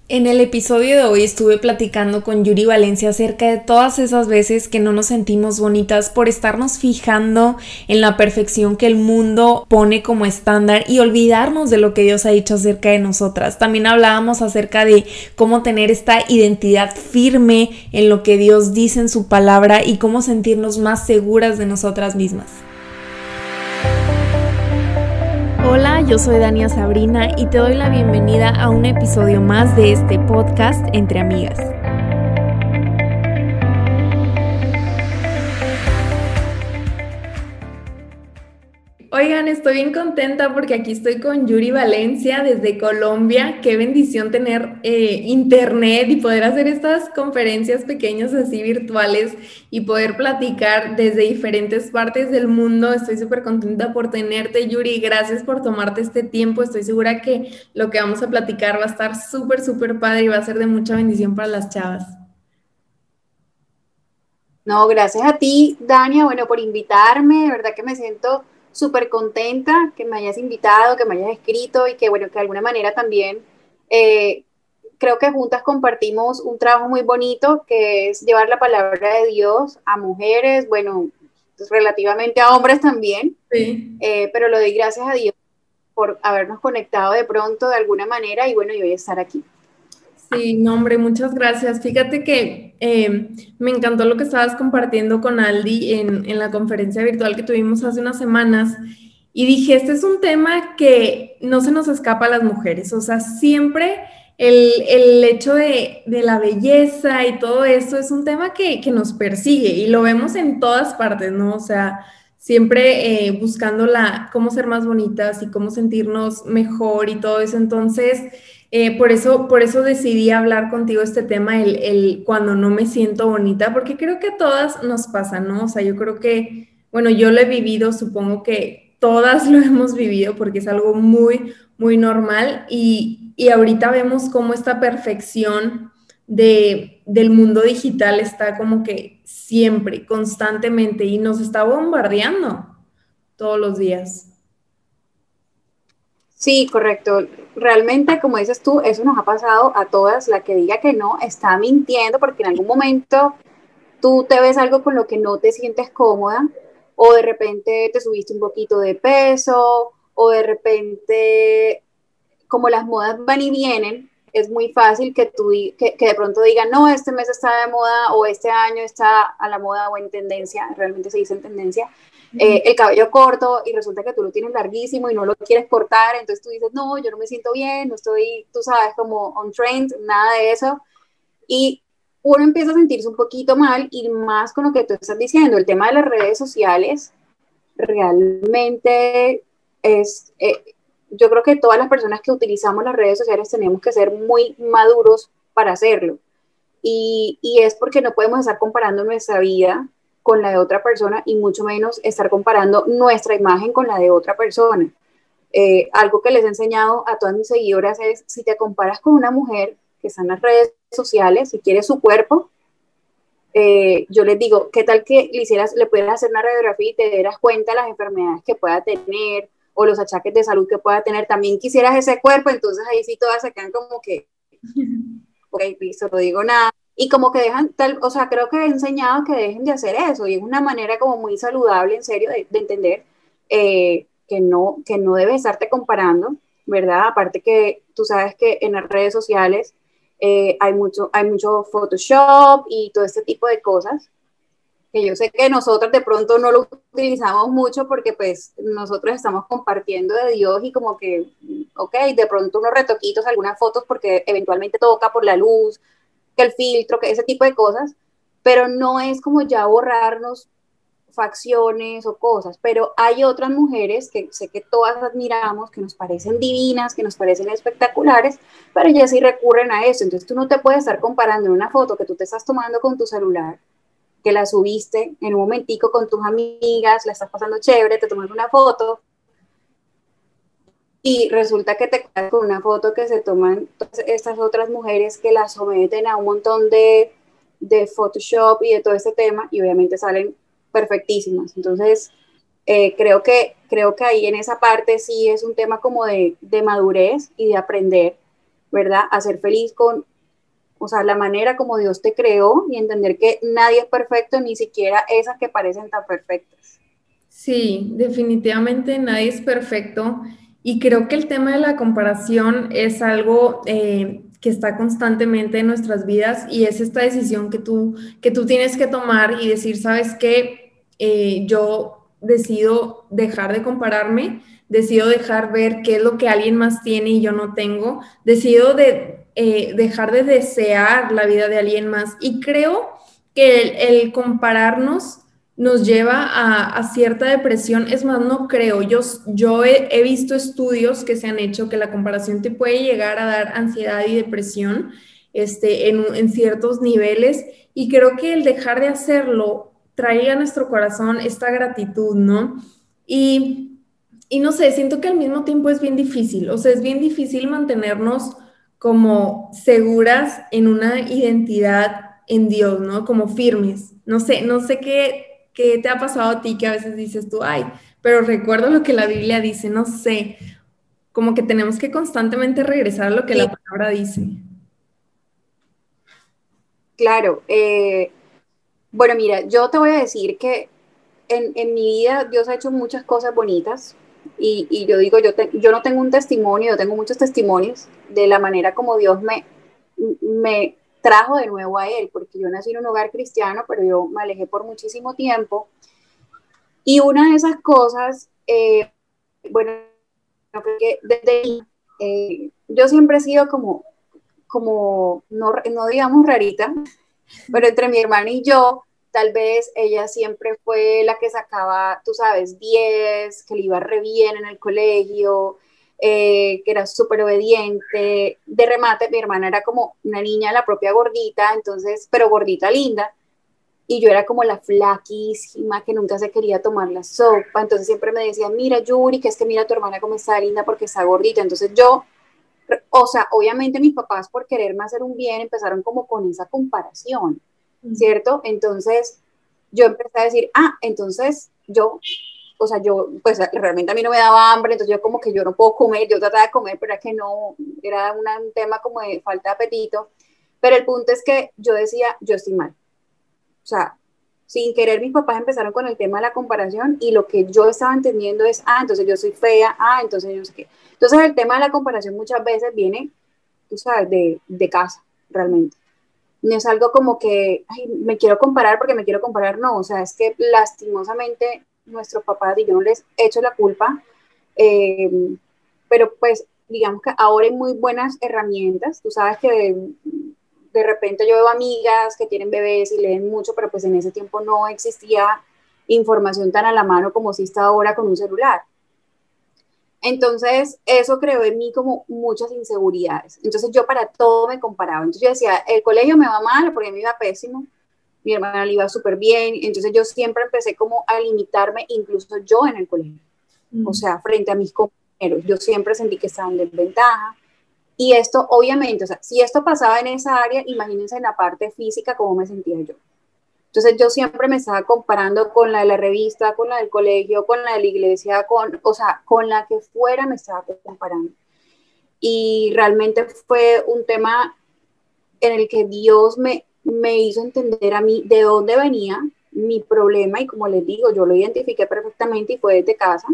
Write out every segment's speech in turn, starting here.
En el episodio de hoy estuve platicando con Yuri Valencia acerca de todas esas veces que no nos sentimos bonitas por estarnos fijando en la perfección que el mundo pone como estándar y olvidarnos de lo que Dios ha dicho acerca de nosotras. También hablábamos acerca de cómo tener esta identidad firme en lo que Dios dice en su palabra y cómo sentirnos más seguras de nosotras mismas. Hola, yo soy Dania Sabrina y te doy la bienvenida a un episodio más de este podcast Entre Amigas. Oigan, estoy bien contenta porque aquí estoy con Yuri Valencia desde Colombia. Qué bendición tener internet y poder hacer estas conferencias pequeñas así virtuales y poder platicar desde diferentes partes del mundo. Estoy súper contenta por tenerte, Yuri. Gracias por tomarte este tiempo. Estoy segura que lo que vamos a platicar va a estar súper, súper padre y va a ser de mucha bendición para las chavas. No, gracias a ti, Dania, bueno, por invitarme, de verdad que me siento súper contenta que me hayas invitado, que me hayas escrito y que, bueno, que de alguna manera también eh, creo que juntas compartimos un trabajo muy bonito que es llevar la palabra de Dios a mujeres, bueno, pues, relativamente a hombres también, Sí. pero lo doy gracias a Dios por habernos conectado de pronto de alguna manera y bueno, y hoy estar aquí. Sí, no, hombre, muchas gracias. Fíjate que me encantó lo que estabas compartiendo con Aldi en la conferencia virtual que tuvimos hace unas semanas y dije, este es un tema que no se nos escapa a las mujeres, o sea, siempre el hecho de la belleza y todo eso es un tema que nos persigue y lo vemos en todas partes, ¿no? O sea, siempre buscando cómo ser más bonitas y cómo sentirnos mejor y todo eso. Entonces... por eso decidí hablar contigo este tema, el cuando no me siento bonita, porque creo que a todas nos pasa, ¿no? O sea, yo creo que, bueno, yo lo he vivido, supongo que todas lo hemos vivido porque es algo muy, muy normal y ahorita vemos cómo esta perfección del mundo digital está como que siempre, constantemente y nos está bombardeando todos los días. Sí, correcto. Realmente, como dices tú, eso nos ha pasado a todas. La que diga que no está mintiendo porque en algún momento tú te ves algo con lo que no te sientes cómoda o de repente te subiste un poquito de peso o de repente, como las modas van y vienen, es muy fácil que de pronto digan, no, este mes está de moda o este año está a la moda o en tendencia, realmente se dice en tendencia, el cabello corto y resulta que tú lo tienes larguísimo y no lo quieres cortar, entonces tú dices, no, yo no me siento bien, no estoy, tú sabes, como on trend, nada de eso. Y uno empieza a sentirse un poquito mal y más con lo que tú estás diciendo, el tema de las redes sociales realmente es, yo creo que todas las personas que utilizamos las redes sociales tenemos que ser muy maduros para hacerlo. Y es porque no podemos estar comparando nuestra vida con la de otra persona y mucho menos estar comparando nuestra imagen con la de otra persona. Algo que les he enseñado a todas mis seguidoras es, si te comparas con una mujer que está en las redes sociales, si quiere su cuerpo, yo les digo, ¿qué tal que le pudieras hacer una radiografía y te dieras cuenta de las enfermedades que pueda tener o los achaques de salud que pueda tener? También quisieras ese cuerpo, entonces ahí sí todas se quedan como que, ok, listo, no digo nada. Y como que dejan, tal, o sea, creo que he enseñado que dejen de hacer eso y es una manera como muy saludable, en serio, de entender que no debes estarte comparando, ¿verdad? Aparte que tú sabes que en las redes sociales hay mucho Photoshop y todo este tipo de cosas que yo sé que nosotros de pronto no lo utilizamos mucho porque pues nosotros estamos compartiendo de Dios y como que, ok, de pronto unos retoquitos, algunas fotos porque eventualmente toca por la luz, que el filtro, que ese tipo de cosas, pero no es como ya borrarnos facciones o cosas, pero hay otras mujeres que sé que todas admiramos, que nos parecen divinas, que nos parecen espectaculares, pero ya sí recurren a eso. Entonces tú no te puedes estar comparando en una foto que tú te estás tomando con tu celular, que la subiste en un momentico con tus amigas, la estás pasando chévere, te tomas una foto y resulta que te quedas con una foto que se toman estas otras mujeres que la someten a un montón de Photoshop y de todo este tema y obviamente salen perfectísimas. Entonces, creo que ahí en esa parte sí es un tema como de madurez y de aprender. ¿verdad? A ser feliz con, o sea, la manera como Dios te creó y entender que nadie es perfecto, ni siquiera esas que parecen tan perfectas. Sí, definitivamente nadie es perfecto y creo que el tema de la comparación es algo que está constantemente en nuestras vidas y es esta decisión que tú tienes que tomar y decir, ¿sabes qué? Yo decido dejar de compararme, decido dejar ver qué es lo que alguien más tiene y yo no tengo, decido dejar de desear la vida de alguien más y creo que el compararnos nos lleva a cierta depresión. Es más, no creo. Yo he visto estudios que se han hecho que la comparación te puede llegar a dar ansiedad y depresión en ciertos niveles y creo que el dejar de hacerlo trae a nuestro corazón esta gratitud, ¿no? Y, y no sé, siento que al mismo tiempo es bien difícil, o sea, es bien difícil mantenernos como seguras en una identidad en Dios, ¿no? Como firmes. No sé qué te ha pasado a ti que a veces dices tú, ay, pero recuerdo lo que la Biblia dice, no sé, como que tenemos que constantemente regresar a lo que Sí, la palabra dice. claro. Bueno, mira, yo te voy a decir que en mi vida Dios ha hecho muchas cosas bonitas y yo digo, yo no tengo un testimonio, yo tengo muchos testimonios de la manera como Dios me trajo de nuevo a Él, porque yo nací en un hogar cristiano, pero yo me alejé por muchísimo tiempo. Y una de esas cosas, bueno, que desde yo siempre he sido como no digamos rarita, pero entre mi hermana y yo, tal vez ella siempre fue la que sacaba, tú sabes, 10, que le iba re bien en el colegio, que era súper obediente. De remate, mi hermana era como una niña, la propia gordita, entonces, pero gordita linda, y yo era como la flaquísima que nunca se quería tomar la sopa, entonces siempre me decía, mira Yuri, que es que mira a tu hermana cómo está linda porque está gordita, entonces yo, o sea, obviamente mis papás por quererme hacer un bien empezaron como con esa comparación, ¿cierto? Entonces yo empecé a decir, entonces yo, o sea, yo, pues realmente a mí no me daba hambre, entonces yo como que yo no puedo comer, yo trataba de comer, pero era que no, era un tema como de falta de apetito, pero el punto es que yo decía, yo estoy mal, o sea, sin querer mis papás empezaron con el tema de la comparación y lo que yo estaba entendiendo es, entonces yo soy fea, entonces yo no sé qué. Entonces el tema de la comparación muchas veces viene, tú sabes, de casa, realmente. No es algo como que, ay, me quiero comparar porque me quiero comparar, no, o sea, es que lastimosamente nuestros papás, y yo no les echo la culpa, eh, pero pues digamos que ahora hay muy buenas herramientas, tú sabes que de repente yo veo amigas que tienen bebés y leen mucho, pero pues en ese tiempo no existía información tan a la mano como si está ahora con un celular. Entonces, eso creó en mí como muchas inseguridades. Entonces, yo para todo me comparaba. Entonces, yo decía, el colegio me va mal porque me iba pésimo, mi hermana le iba súper bien. Entonces, yo siempre empecé como a limitarme, incluso yo en el colegio. O Mm. sea, frente a mis compañeros, yo siempre sentí que estaba en desventaja. Y esto, obviamente, o sea, si esto pasaba en esa área, imagínense en la parte física cómo me sentía yo. Entonces yo siempre me estaba comparando con la de la revista, con la del colegio, con la de la iglesia, o sea, con la que fuera me estaba comparando. Y realmente fue un tema en el que Dios me hizo entender a mí de dónde venía mi problema y como les digo, yo lo identifiqué perfectamente y fue desde casa,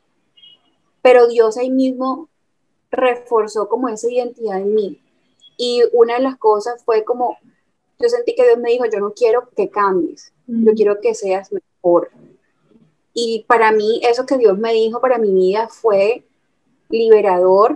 pero Dios ahí mismo reforzó como esa identidad en mí. Y una de las cosas fue como, yo sentí que Dios me dijo, yo no quiero que cambies, yo Mm. quiero que seas mejor. Y para mí, eso que Dios me dijo para mi vida fue liberador,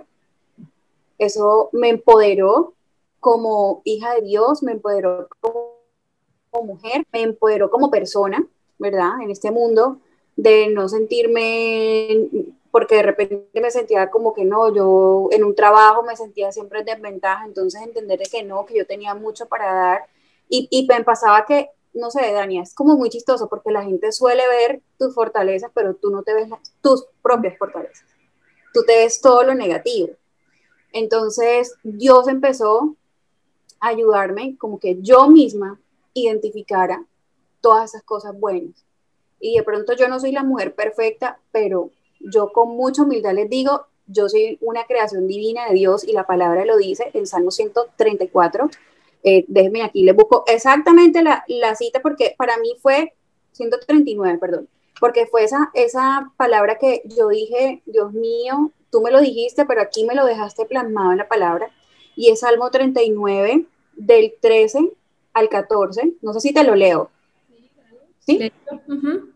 eso me empoderó como hija de Dios, me empoderó como mujer, me empoderó como persona, ¿verdad? En este mundo, de no sentirme, porque de repente me sentía como que no, yo en un trabajo me sentía siempre en desventaja, entonces entender que no, que yo tenía mucho para dar. Y me pasaba que, no sé, Dania, es como muy chistoso porque la gente suele ver tus fortalezas, pero tú no te ves tus propias fortalezas, tú te ves todo lo negativo. Entonces Dios empezó a ayudarme como que yo misma identificara todas esas cosas buenas. Y de pronto yo no soy la mujer perfecta, pero yo con mucha humildad les digo, yo soy una creación divina de Dios y la palabra lo dice en Salmo 134. Déjenme aquí, les busco exactamente la cita porque para mí fue 139, perdón, porque fue esa palabra que yo dije, Dios mío, tú me lo dijiste, pero aquí me lo dejaste plasmado en la palabra, y es Salmo 39, del 13 al 14, no sé si te lo leo, ¿sí? Uh-huh.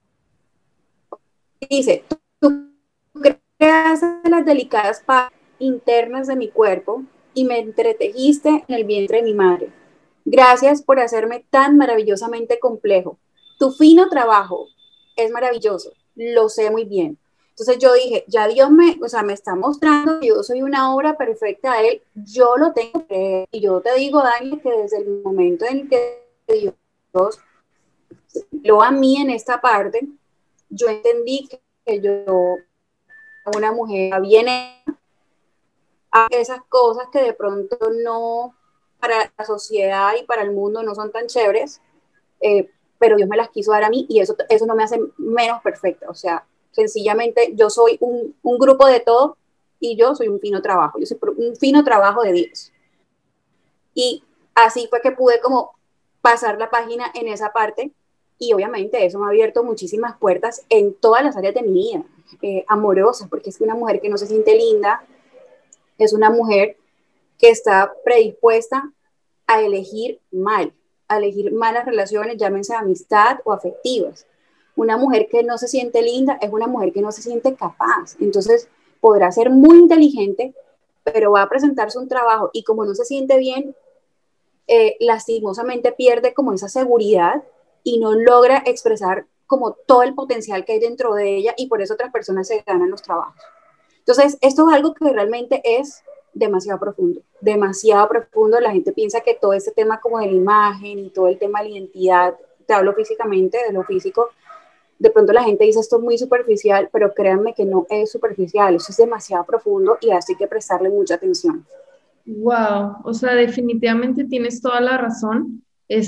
Dice, tú creaste las delicadas partes internas de mi cuerpo y me entretejiste en el vientre de mi madre. Gracias por hacerme tan maravillosamente complejo. Tu fino trabajo es maravilloso, lo sé muy bien. Entonces yo dije, ya Dios me está mostrando que yo soy una obra perfecta de Él, yo lo tengo que creer. Y yo te digo, Dani, que desde el momento en que Dios lo a mí en esta parte, yo entendí que yo, una mujer, viene a esas cosas que de pronto no, para la sociedad y para el mundo no son tan chéveres, pero Dios me las quiso dar a mí y eso no me hace menos perfecta. O sea, sencillamente yo soy un grupo de todo y yo soy un fino trabajo, yo soy un fino trabajo de Dios. Y así fue que pude como pasar la página en esa parte y obviamente eso me ha abierto muchísimas puertas en todas las áreas de mi vida, amorosas, porque es que una mujer que no se siente linda es una mujer que está predispuesta a elegir mal, a elegir malas relaciones, llámense amistad o afectivas. Una mujer que no se siente linda es una mujer que no se siente capaz. Entonces, podrá ser muy inteligente, pero va a presentarse un trabajo y como no se siente bien, lastimosamente pierde como esa seguridad y no logra expresar como todo el potencial que hay dentro de ella y por eso otras personas se ganan los trabajos. Entonces, esto es algo que realmente es demasiado profundo, demasiado profundo. La gente piensa que todo este tema como de la imagen y todo el tema de la identidad, te hablo físicamente, de lo físico, de pronto la gente dice esto es muy superficial, pero créanme que no es superficial, eso es demasiado profundo y así hay que prestarle mucha atención. Wow, o sea, definitivamente tienes toda la razón.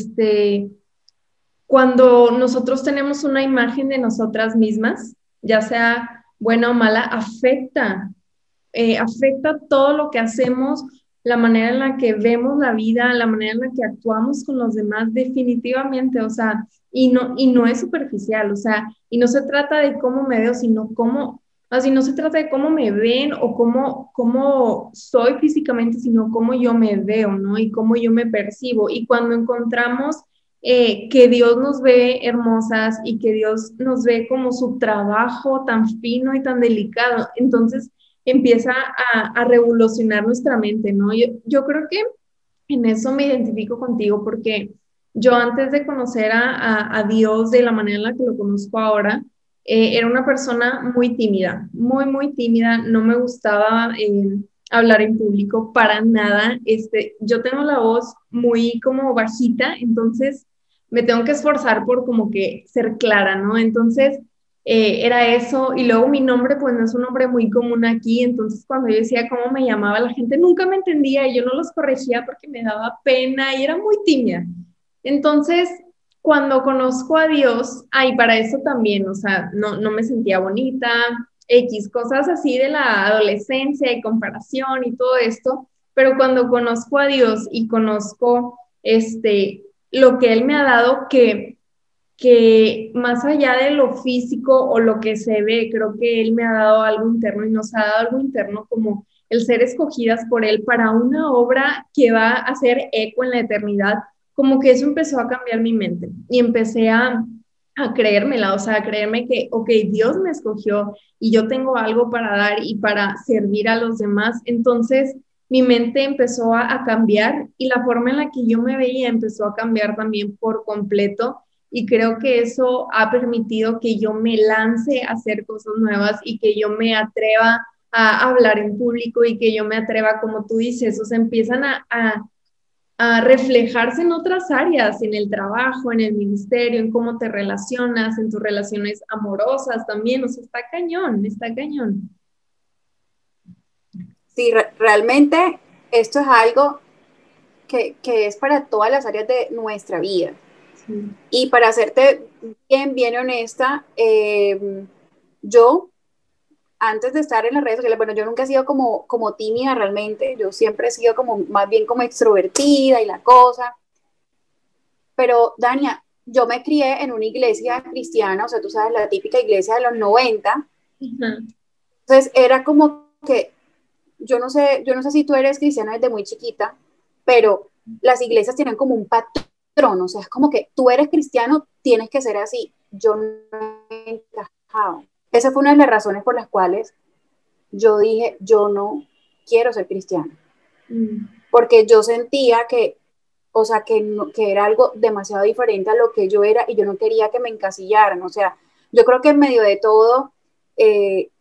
Cuando nosotros tenemos una imagen de nosotras mismas, ya sea buena o mala, afecta todo lo que hacemos, la manera en la que vemos la vida, la manera en la que actuamos con los demás, definitivamente, o sea, y no es superficial, o sea, y no se trata de cómo me veo, sino cómo, así no se trata de cómo me ven o cómo soy físicamente, sino cómo yo me veo, ¿no? Y cómo yo me percibo. Y cuando encontramos que Dios nos ve hermosas y que Dios nos ve como su trabajo tan fino y tan delicado, entonces empieza a revolucionar nuestra mente, ¿no? Yo creo que en eso me identifico contigo porque yo antes de conocer a Dios de la manera en la que lo conozco ahora, era una persona muy tímida, muy tímida, no me gustaba hablar en público para nada. Yo tengo la voz muy como bajita, entonces me tengo que esforzar por como que ser clara, ¿no? Entonces era eso, y luego mi nombre pues no es un nombre muy común aquí, entonces cuando yo decía cómo me llamaba la gente nunca me entendía y yo no los corregía porque me daba pena y era muy tímida. Entonces, cuando conozco a Dios, ay, para eso también, o sea, no me sentía bonita, X, cosas así de la adolescencia y comparación y todo esto, pero cuando conozco a Dios y conozco lo que Él me ha dado, que más allá de lo físico o lo que se ve, creo que Él me ha dado algo interno y nos ha dado algo interno como el ser escogidas por Él para una obra que va a hacer eco en la eternidad, como que eso empezó a cambiar mi mente y empecé a creérmela, o sea, a creerme que, ok, Dios me escogió y yo tengo algo para dar y para servir a los demás. Entonces, mi mente empezó a cambiar y la forma en la que yo me veía empezó a cambiar también por completo y creo que eso ha permitido que yo me lance a hacer cosas nuevas y que yo me atreva a hablar en público y que yo me atreva, como tú dices, o sea, empiezan a reflejarse en otras áreas, en el trabajo, en el ministerio, en cómo te relacionas, en tus relaciones amorosas también, o sea, está cañón, está cañón. Sí, realmente esto es algo que es para todas las áreas de nuestra vida. Sí. Y para serte bien honesta, yo antes de estar en las redes sociales, bueno, yo nunca he sido como tímida realmente, yo siempre he sido como más bien como extrovertida y la cosa, pero Dania, yo me crié en una iglesia cristiana, o sea, tú sabes, la típica iglesia de los 90. Ujú. Entonces era como que, yo no sé si tú eres cristiana desde muy chiquita, pero las iglesias tienen como un patrón, o sea, es como que tú eres cristiano, tienes que ser así. Yo no encajaba. Esa fue una de las razones por las cuales yo dije, yo no quiero ser cristiana, Mm. porque yo sentía que, o sea, que era algo demasiado diferente a lo que yo era y yo no quería que me encasillaran, o sea, yo creo que en medio de todo, eh,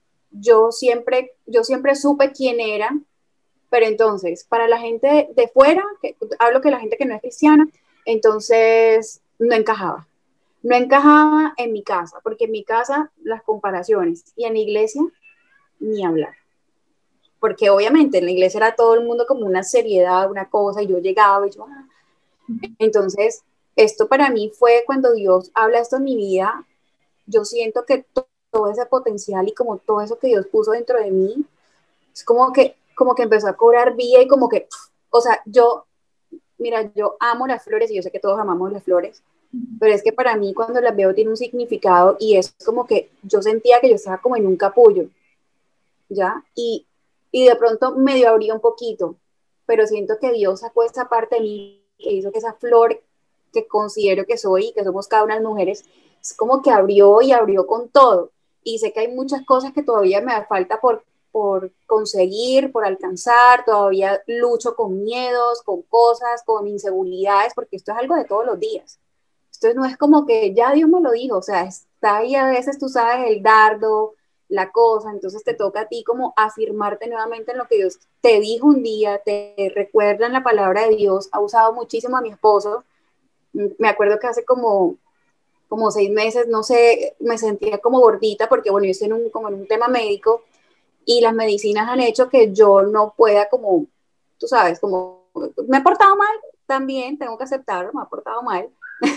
yo siempre supe quién era, pero entonces, para la gente de fuera, hablo que la gente que no es cristiana, entonces no encajaba. No encajaba en mi casa, porque en mi casa las comparaciones y en la iglesia ni hablar. Porque obviamente en la iglesia era todo el mundo como una seriedad, una cosa, y yo llegaba y yo, ah. Entonces, esto para mí fue cuando Dios habla esto en mi vida, yo siento que todo ese potencial y como todo eso que Dios puso dentro de mí, es como que empezó a cobrar vida y como que, o sea, yo, mira, yo amo las flores y yo sé que todos amamos las flores, pero es que para mí cuando las veo tiene un significado y es como que yo sentía que yo estaba como en un capullo, ¿ya? Y de pronto medio abrí un poquito, pero siento que Dios sacó esa parte de mí que hizo que esa flor que considero que soy, que somos cada una de las mujeres, es como que abrió y abrió con todo. Y sé que hay muchas cosas que todavía me da falta por conseguir, por alcanzar, todavía lucho con miedos, con cosas, con inseguridades, porque esto es algo de todos los días. Esto no es como que ya Dios me lo dijo, o sea, está ahí a veces tú sabes el dardo, la cosa, entonces te toca a ti como afirmarte nuevamente en lo que Dios te dijo un día, te recuerda en la palabra de Dios, ha usado muchísimo a mi esposo, me acuerdo que hace como 6 meses, no sé, me sentía como gordita porque bueno, yo estoy como en un tema médico y las medicinas han hecho que yo no pueda como, tú sabes, como me he portado mal también, tengo que aceptarlo, me he portado mal,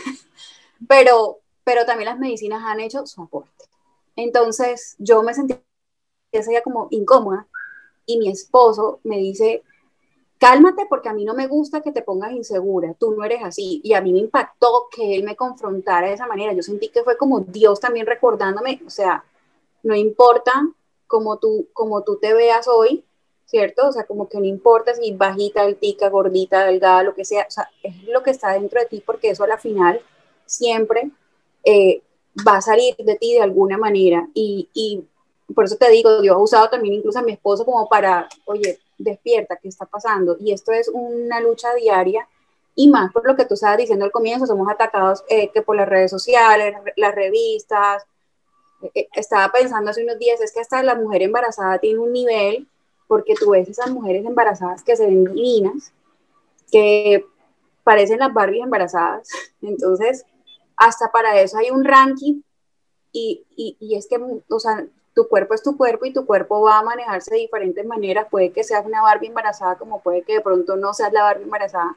pero también las medicinas han hecho su aporte. Entonces yo me sentía como incómoda y mi esposo me dice, cálmate porque a mí no me gusta que te pongas insegura, tú no eres así. Y a mí me impactó que él me confrontara de esa manera. Yo sentí que fue como Dios también recordándome, o sea, no importa como tú te veas hoy, ¿cierto? O sea, como que no importa si bajita, altica, gordita, delgada, lo que sea, o sea, es lo que está dentro de ti porque eso a la final siempre eh, va a salir de ti de alguna manera. Y por eso te digo, Dios ha usado también incluso a mi esposo como para, oye, despierta, ¿qué está pasando? Y esto es una lucha diaria y más por lo que tú estabas diciendo al comienzo, somos atacados que por las redes sociales, las revistas. Estaba pensando hace unos días, es que hasta la mujer embarazada tiene un nivel, porque tú ves esas mujeres embarazadas que se ven divinas, que parecen las Barbies embarazadas, entonces hasta para eso hay un ranking y es que, o sea, tu cuerpo es tu cuerpo y tu cuerpo va a manejarse de diferentes maneras, puede que seas una Barbie embarazada como puede que de pronto no seas la Barbie embarazada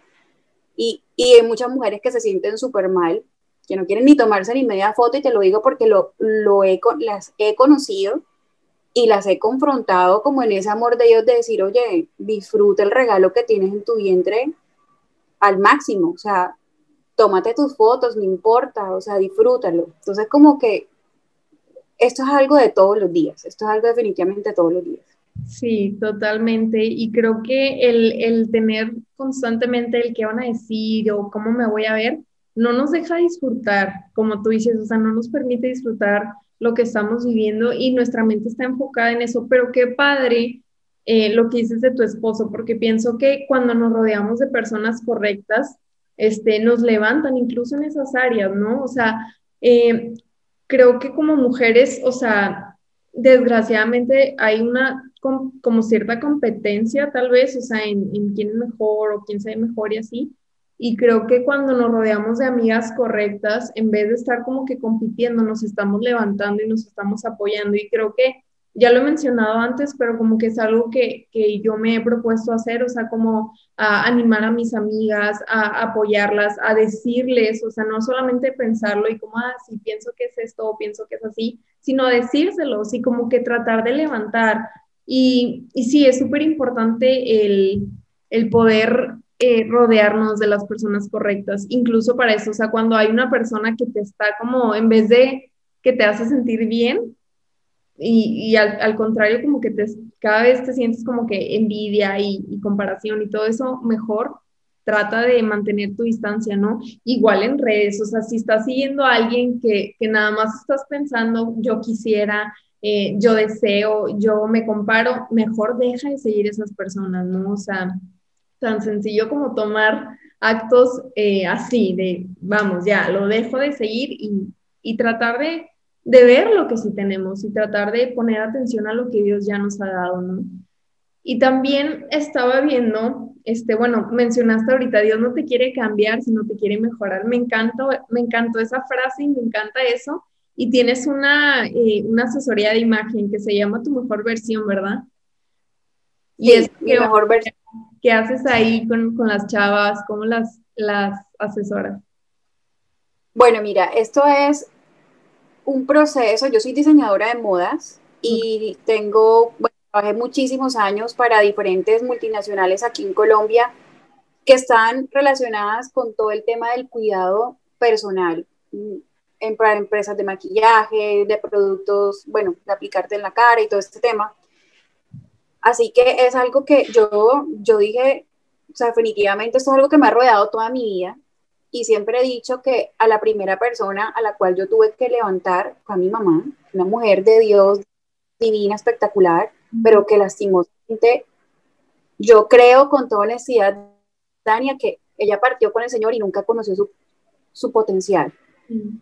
y hay muchas mujeres que se sienten súper mal, que no quieren ni tomarse ni media foto y te lo digo porque las he conocido y las he confrontado como en ese amor de ellos de decir, oye, disfruta el regalo que tienes en tu vientre al máximo, o sea, tómate tus fotos, no importa, o sea, disfrútalo. Entonces como que esto es algo de todos los días, esto es algo definitivamente de todos los días. Sí, totalmente. Y creo que el tener constantemente el qué van a decir o cómo me voy a ver, no nos deja disfrutar, como tú dices, o sea, no nos permite disfrutar lo que estamos viviendo y nuestra mente está enfocada en eso. Pero qué padre lo que dices de tu esposo, porque pienso que cuando nos rodeamos de personas correctas, nos levantan incluso en esas áreas, ¿no? O sea, eh, creo que como mujeres, o sea, desgraciadamente hay una como cierta competencia tal vez, o sea, en quién es mejor o quién sabe mejor y así. Y creo que cuando nos rodeamos de amigas correctas, en vez de estar como que compitiendo, nos estamos levantando y nos estamos apoyando. Y creo que ya lo he mencionado antes, pero como que es algo que yo me he propuesto hacer, o sea, como a animar a mis amigas, a apoyarlas, a decirles, o sea, no solamente pensarlo y como, ah, sí, pienso que es esto o pienso que es así, sino decírselos y como que tratar de levantar. Y sí, es súper importante el poder rodearnos de las personas correctas, incluso para eso, o sea, cuando hay una persona que te está como, en vez de que te hace sentir bien, y al contrario, como que cada vez te sientes como que envidia y comparación y todo eso, mejor trata de mantener tu distancia, ¿no? Igual en redes, o sea, si estás siguiendo a alguien que nada más estás pensando, yo quisiera, yo deseo, yo me comparo, mejor deja de seguir esas personas, ¿no? O sea, tan sencillo como tomar actos así, de, vamos, ya, lo dejo de seguir y tratar de ver lo que sí tenemos y tratar de poner atención a lo que Dios ya nos ha dado, ¿no? Y también estaba viendo, bueno, mencionaste ahorita, Dios no te quiere cambiar, sino te quiere mejorar. Me encantó esa frase y me encanta eso. Y tienes una asesoría de imagen que se llama Tu Mejor Versión, ¿verdad? Y es Sí, mi mejor versión. que haces ahí con las chavas, ¿cómo las asesoras? Bueno, mira, esto es un proceso. Yo soy diseñadora de modas Ok. y tengo, bueno, trabajé muchísimos años para diferentes multinacionales aquí en Colombia que están relacionadas con todo el tema del cuidado personal, para empresas de maquillaje, de productos, bueno, de aplicarte en la cara y todo este tema. Así que es algo que yo dije, o sea, definitivamente esto es algo que me ha rodeado toda mi vida y siempre he dicho que a la primera persona a la cual yo tuve que levantar fue a mi mamá, una mujer de Dios divina, espectacular, pero que lastimosamente yo creo con toda honestidad, Dania, que ella partió con el Señor y nunca conoció su potencial. Mm.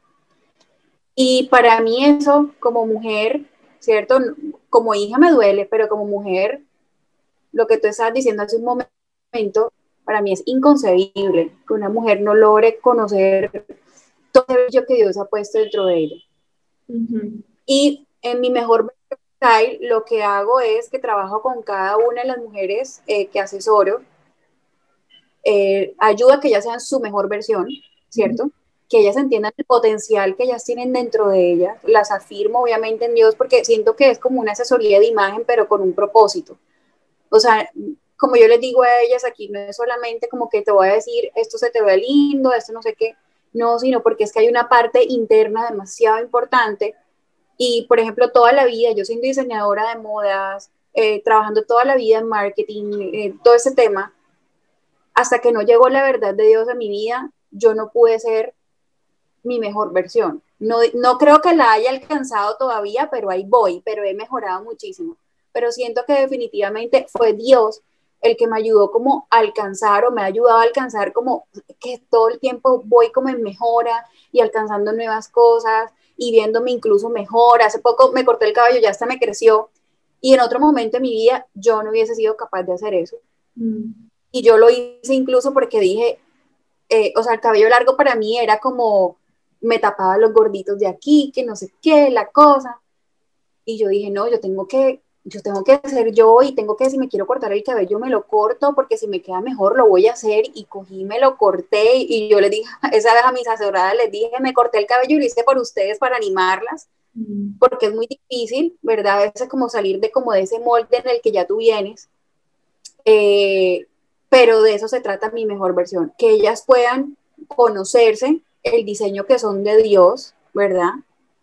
Y para mí eso, como mujer, ¿cierto? Como hija me duele, pero como mujer, lo que tú estabas diciendo hace un momento, para mí es inconcebible que una mujer no logre conocer todo el brillo que Dios ha puesto dentro de ella. Ujú. Y en mi mejor style, lo que hago es que trabajo con cada una de las mujeres que asesoro, ayuda a que ellas sean su mejor versión, Ujú. ¿cierto? Que ellas entiendan el potencial que ellas tienen dentro de ellas. Las afirmo obviamente en Dios porque siento que es como una asesoría de imagen, pero con un propósito. O sea, como yo les digo a ellas aquí, no es solamente como que te voy a decir, esto se te ve lindo, esto no sé qué, no, sino porque es que hay una parte interna demasiado importante. Y, por ejemplo, toda la vida, yo siendo diseñadora de modas, trabajando toda la vida en marketing, todo ese tema, hasta que no llegó la verdad de Dios a mi vida, yo no pude ser mi mejor versión. No, no creo que la haya alcanzado todavía, pero ahí voy, pero he mejorado muchísimo. Pero siento que definitivamente fue Dios el que me ayudó como a alcanzar o me ha ayudado a alcanzar como que todo el tiempo voy como en mejora y alcanzando nuevas cosas y viéndome incluso mejor. Hace poco me corté el cabello, ya hasta me creció y en otro momento de mi vida yo no hubiese sido capaz de hacer eso. Mm. Y yo lo hice incluso porque dije, o sea, el cabello largo para mí era como, me tapaba los gorditos de aquí, que no sé qué, la cosa. Y yo dije, no, yo tengo que ser yo y tengo que, si me quiero cortar el cabello, me lo corto, porque si me queda mejor, lo voy a hacer. Y cogí, me lo corté y yo les dije, esa vez a mis asesoradas les dije, me corté el cabello y lo hice por ustedes para animarlas, Mm. porque es muy difícil, ¿verdad? A veces como salir de como de ese molde en el que ya tú vienes. Eh, pero de eso se trata mi mejor versión, que ellas puedan conocerse el diseño que son de Dios, ¿verdad?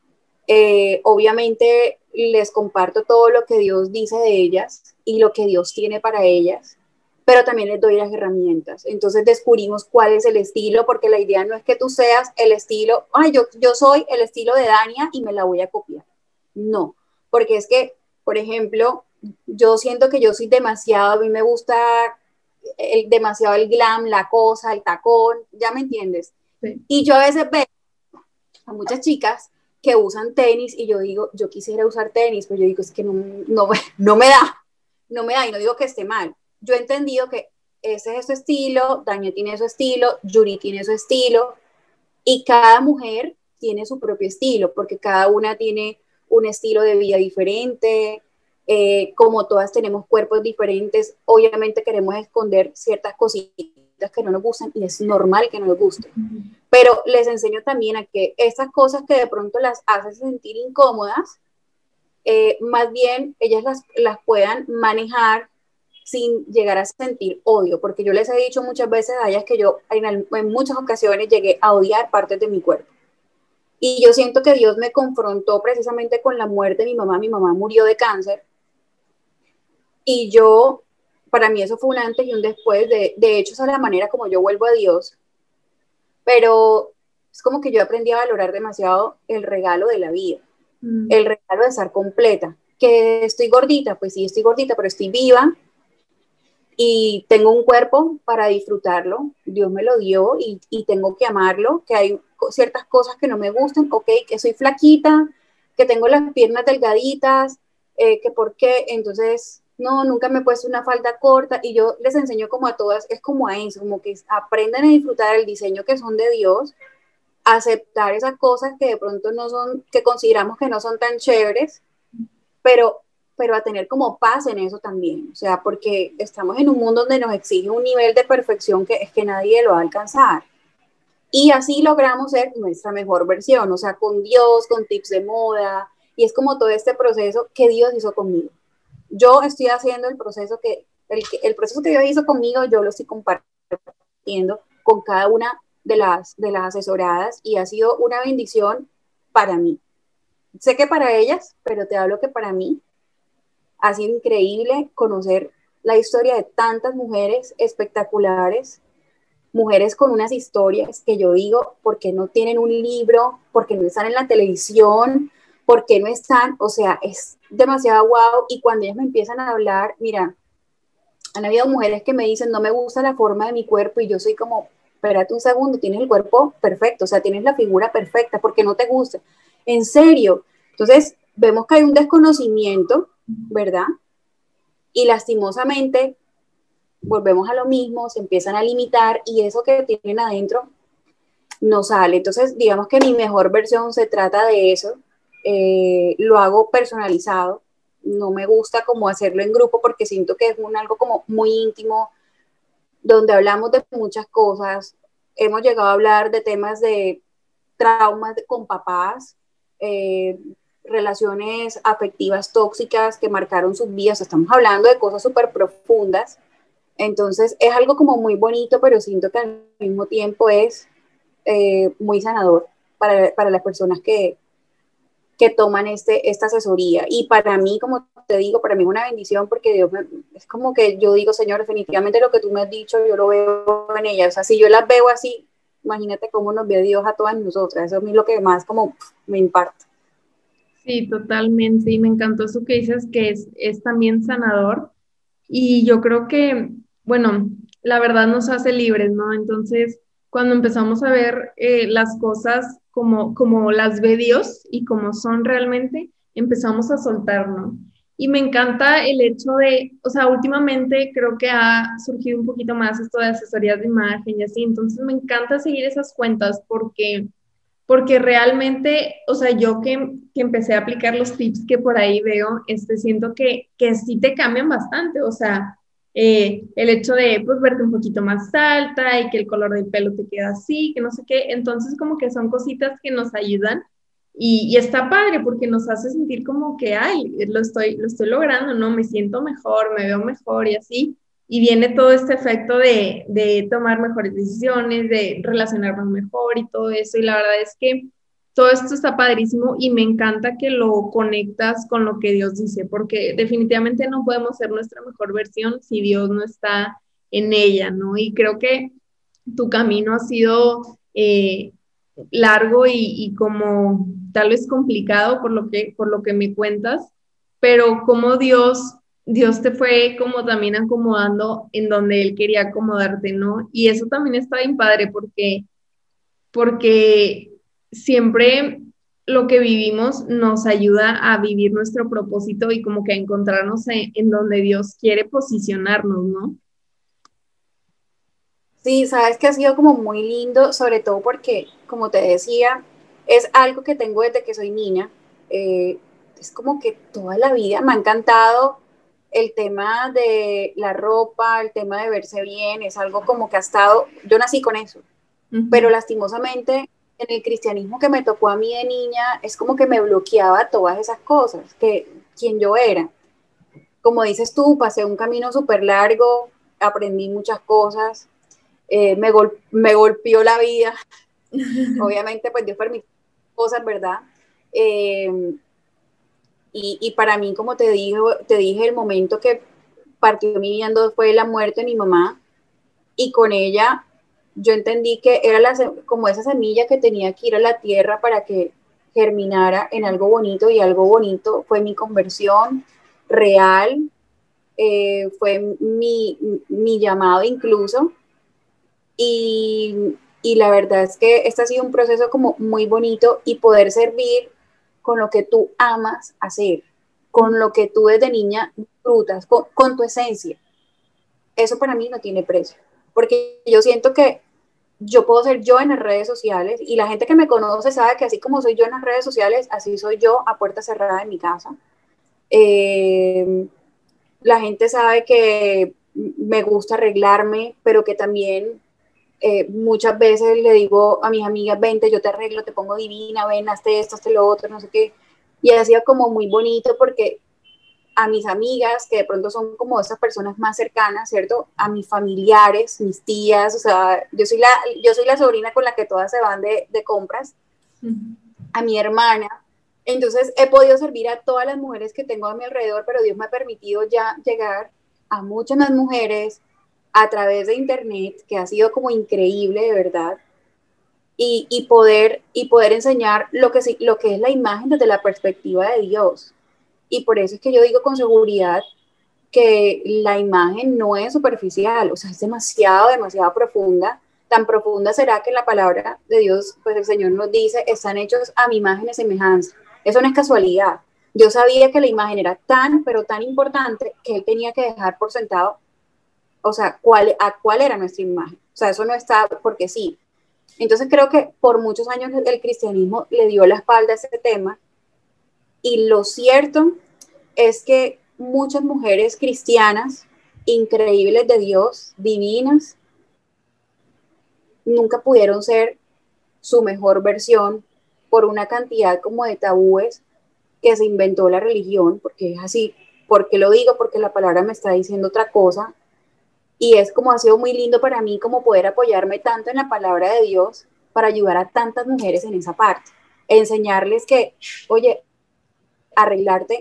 Obviamente les comparto todo lo que Dios dice de ellas y lo que Dios tiene para ellas, pero también les doy las herramientas. Entonces descubrimos cuál es el estilo, porque la idea no es que tú seas el estilo, ay, yo soy el estilo de Dania y me la voy a copiar. No, porque es que, por ejemplo, yo siento que yo soy demasiado, a mí me gusta demasiado el glam, la cosa, el tacón, ya me entiendes. Sí. Y yo a veces veo a muchas chicas que usan tenis y yo digo, yo quisiera usar tenis, pero yo digo, es que no me da, no me da y no digo que esté mal. Yo he entendido que ese es su estilo, Daniel tiene su estilo, Yuri tiene su estilo y cada mujer tiene su propio estilo porque cada una tiene un estilo de vida diferente, como todas tenemos cuerpos diferentes, obviamente queremos esconder ciertas cositas que no nos gustan y es normal que no nos gusten. Pero les enseño también a que esas cosas que de pronto las hacen sentir incómodas, más bien ellas las puedan manejar sin llegar a sentir odio, porque yo les he dicho muchas veces a ellas que yo en muchas ocasiones llegué a odiar partes de mi cuerpo. Y yo siento que Dios me confrontó precisamente con la muerte de mi mamá. Mi mamá murió de cáncer. Y yo, para mí eso fue un antes y un después. De hecho, esa es la manera como yo vuelvo a Dios. Pero es como que yo aprendí a valorar demasiado el regalo de la vida. El regalo de estar completa. Que estoy gordita, pues sí, estoy gordita, pero estoy viva y tengo un cuerpo para disfrutarlo. Dios me lo dio y tengo que amarlo, que hay ciertas cosas que no me gustan, ok, que soy flaquita, que tengo las piernas delgaditas, que por qué, entonces, no, nunca me he puesto una falda corta y yo les enseño como a todas, es como a eso, como que aprendan a disfrutar el diseño que son de Dios, aceptar esas cosas que de pronto no son, que consideramos que no son tan chéveres, pero, pero a tener como paz en eso también, o sea, porque estamos en un mundo donde nos exige un nivel de perfección que es que nadie lo va a alcanzar. Y así logramos ser nuestra mejor versión, o sea, con Dios, con tips de moda, y es como todo este proceso que Dios hizo conmigo. Yo estoy haciendo el proceso que Dios hizo conmigo, yo lo estoy compartiendo con cada una de las asesoradas y ha sido una bendición para mí. Sé que para ellas, pero te hablo que para mí ha sido increíble conocer la historia de tantas mujeres espectaculares, mujeres con unas historias que yo digo, ¿por qué no tienen un libro? ¿Por qué no están en la televisión? ¿Por qué no están? O sea, es demasiado guau. Y cuando ellas me empiezan a hablar, mira, han habido mujeres que me dicen, no me gusta la forma de mi cuerpo y yo soy como, espérate un segundo, tienes el cuerpo perfecto, o sea, tienes la figura perfecta, ¿por qué no te gusta? En serio. Entonces, vemos que hay un desconocimiento, ¿verdad? Y lastimosamente volvemos a lo mismo, se empiezan a limitar y eso que tienen adentro no sale. Entonces, digamos que mi mejor versión se trata de eso. Lo hago personalizado. No me gusta como hacerlo en grupo porque siento que es algo como muy íntimo, donde hablamos de muchas cosas. Hemos llegado a hablar de temas de traumas con papás, relaciones afectivas tóxicas que marcaron sus vidas. Estamos hablando de cosas súper profundas. Entonces es algo como muy bonito, pero siento que al mismo tiempo es muy sanador para las personas que toman esta asesoría. Y para mí, como te digo, para mí es una bendición porque es como que yo digo, Señor, definitivamente lo que tú me has dicho, yo lo veo en ellas. O sea, si yo las veo así, imagínate cómo nos ve Dios a todas nosotras. Eso es a mí lo que más como me impacta. Sí, totalmente. Y me encantó eso que dices, que es también sanador. Y yo creo que, bueno, la verdad nos hace libres, ¿no? Entonces, cuando empezamos a ver las cosas como las ve Dios y como son realmente, empezamos a soltar, ¿no? Y me encanta el hecho de, o sea, últimamente creo que ha surgido un poquito más esto de asesorías de imagen y así, entonces me encanta seguir esas cuentas porque realmente, o sea, yo que empecé a aplicar los tips que por ahí veo, siento que sí te cambian bastante, o sea, el hecho de, pues, verte un poquito más alta y que el color del pelo te queda así, que no sé qué, entonces como que son cositas que nos ayudan y está padre porque nos hace sentir como que, ay, lo estoy logrando, ¿no? Me siento mejor, me veo mejor y así y viene todo este efecto de tomar mejores decisiones, de relacionarnos mejor y todo eso. Y la verdad es que todo esto está padrísimo y me encanta que lo conectas con lo que Dios dice, porque definitivamente no podemos ser nuestra mejor versión si Dios no está en ella, ¿no? Y creo que tu camino ha sido largo y como tal vez complicado por lo que me cuentas, pero como Dios te fue como también acomodando en donde Él quería acomodarte, ¿no? Y eso también está bien padre porque siempre lo que vivimos nos ayuda a vivir nuestro propósito y como que a encontrarnos en donde Dios quiere posicionarnos, ¿no? Sí, sabes que ha sido como muy lindo, sobre todo porque, como te decía, es algo que tengo desde que soy niña. Eh, es como que toda la vida me ha encantado el tema de la ropa, el tema de verse bien, es algo como que ha estado, yo nací con eso, pero lastimosamente en el cristianismo que me tocó a mí de niña, es como que me bloqueaba todas esas cosas, que quien yo era. Como dices tú, pasé un camino súper largo, aprendí muchas cosas, me golpeó la vida, obviamente pues Dios permitió cosas, ¿verdad? Eh, y para mí, como te dije, el momento que partió mi vida en dos fue la muerte de mi mamá, y con ella yo entendí que era como esa semilla que tenía que ir a la tierra para que germinara en algo bonito, y algo bonito fue mi conversión real, fue mi llamado incluso, y la verdad es que este ha sido un proceso como muy bonito, y poder servir con lo que tú amas hacer, con lo que tú desde niña disfrutas, con tu esencia. Eso para mí no tiene precio, porque yo siento que yo puedo ser yo en las redes sociales, y la gente que me conoce sabe que así como soy yo en las redes sociales, así soy yo a puerta cerrada en mi casa. Eh, la gente sabe que me gusta arreglarme, pero que también muchas veces le digo a mis amigas, vente, yo te arreglo, te pongo divina, ven, hazte esto, hazte lo otro, no sé qué. Y ha sido como muy bonito, porque a mis amigas, que de pronto son como esas personas más cercanas, ¿cierto? A mis familiares, mis tías, o sea, yo soy la sobrina con la que todas se van de compras, a mi hermana. Entonces he podido servir a todas las mujeres que tengo a mi alrededor, pero Dios me ha permitido ya llegar a muchas más mujeres a través de internet, que ha sido como increíble, de verdad, y poder enseñar lo que es la imagen desde la perspectiva de Dios. Y por eso es que yo digo con seguridad que la imagen no es superficial, o sea, es demasiado, demasiado profunda. Tan profunda será que la palabra de Dios, pues el Señor nos dice, están hechos a mi imagen y semejanza. Eso no es casualidad. Yo sabía que la imagen era tan, pero tan importante, que Él tenía que dejar por sentado, o sea, cuál era nuestra imagen. O sea, eso no está porque sí. Entonces creo que por muchos años el cristianismo le dio la espalda a ese tema, y lo cierto es que muchas mujeres cristianas, increíbles de Dios, divinas, nunca pudieron ser su mejor versión por una cantidad como de tabúes que se inventó la religión, porque es así. ¿Por qué lo digo? Porque la palabra me está diciendo otra cosa, y es como ha sido muy lindo para mí como poder apoyarme tanto en la palabra de Dios para ayudar a tantas mujeres en esa parte, enseñarles que, oye, arreglarte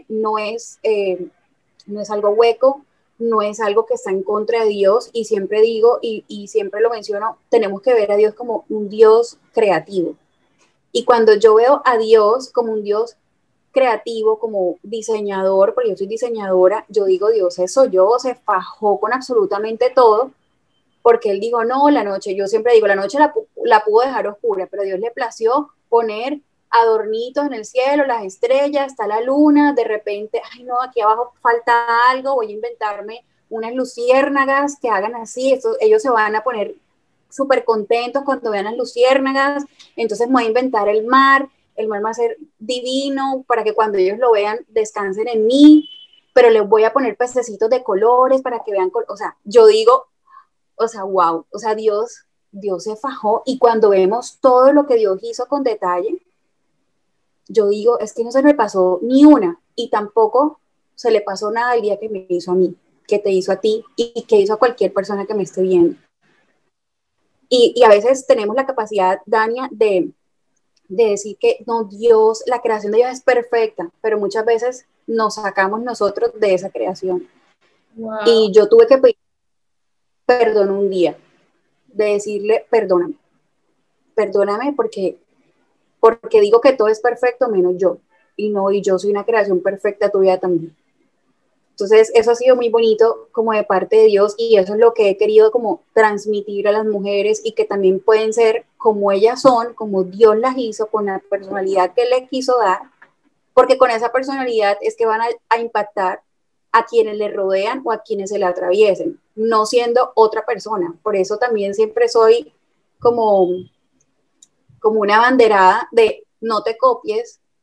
no es algo hueco, no es algo que está en contra de Dios, y siempre digo y siempre lo menciono, tenemos que ver a Dios como un Dios creativo. Y cuando yo veo a Dios como un Dios creativo, como diseñador, porque yo soy diseñadora, yo digo, Dios eso yo, se fajó con absolutamente todo, porque Él dijo, no, la noche, yo siempre digo, la noche la pudo dejar oscura, pero Dios le plació poner adornitos en el cielo, las estrellas, está la luna, de repente, ay no, aquí abajo falta algo, voy a inventarme unas luciérnagas que hagan así, ellos se van a poner súper contentos cuando vean las luciérnagas, entonces me voy a inventar el mar va a ser divino para que cuando ellos lo vean descansen en mí, pero les voy a poner pececitos de colores para que vean, o sea, yo digo, o sea, wow, o sea, Dios se fajó, y cuando vemos todo lo que Dios hizo con detalle, yo digo, es que no se me pasó ni una, y tampoco se le pasó nada el día que me hizo a mí, que te hizo a ti, y que hizo a cualquier persona que me esté viendo. Y a veces tenemos la capacidad, Dania, de decir que no, Dios, la creación de Dios es perfecta, pero muchas veces nos sacamos nosotros de esa creación. Wow. Y yo tuve que pedir perdón un día, de decirle, perdóname porque digo que todo es perfecto menos yo. Y no, y yo soy una creación perfecta tuya también. Entonces, eso ha sido muy bonito como de parte de Dios, y eso es lo que he querido como transmitir a las mujeres, y que también pueden ser como ellas son, como Dios las hizo, con la personalidad que le quiso dar, porque con esa personalidad es que van a impactar a quienes le rodean o a quienes se le atraviesen, no siendo otra persona. Por eso también siempre soy como, como una banderada de no te copies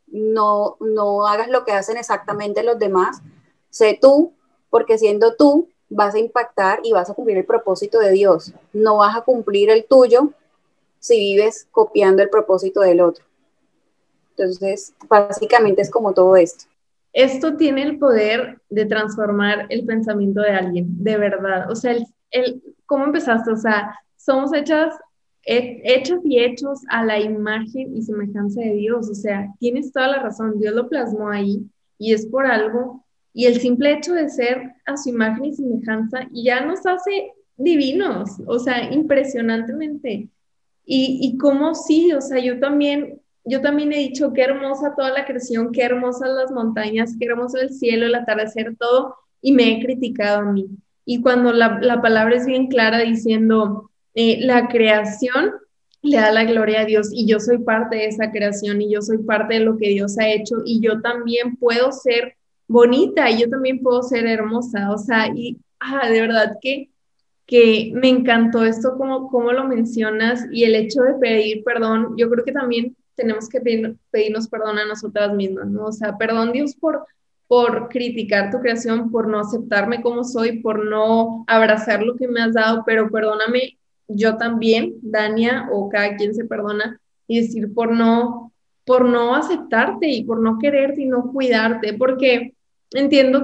no hagas lo que hacen exactamente los demás, sé tú, porque siendo tú vas a impactar y vas a cumplir el propósito de Dios, no vas a cumplir el tuyo si vives copiando el propósito del otro. Entonces, básicamente es como todo esto. Esto tiene el poder de transformar el pensamiento de alguien, de verdad. O sea, ¿cómo empezaste? O sea, somos hechas y hechos a la imagen y semejanza de Dios. O sea, tienes toda la razón. Dios lo plasmó ahí y es por algo. Y el simple hecho de ser a su imagen y semejanza ya nos hace divinos, o sea, impresionantemente. Y cómo sí, o sea, yo también he dicho qué hermosa toda la creación, qué hermosas las montañas, qué hermoso el cielo, el atardecer, todo, y me he criticado a mí. Y cuando la palabra es bien clara diciendo, la creación le da la gloria a Dios y yo soy parte de esa creación y yo soy parte de lo que Dios ha hecho y yo también puedo ser bonita y yo también puedo ser hermosa, o sea, de verdad que me encantó esto como lo mencionas y el hecho de pedir perdón, yo creo que también tenemos que pedirnos perdón a nosotras mismas, ¿no? O sea, perdón Dios por criticar tu creación, por no aceptarme como soy, por no abrazar lo que me has dado, pero perdóname yo también, Dania, o cada quien se perdona, y decir por no aceptarte y por no quererte y no cuidarte, porque entiendo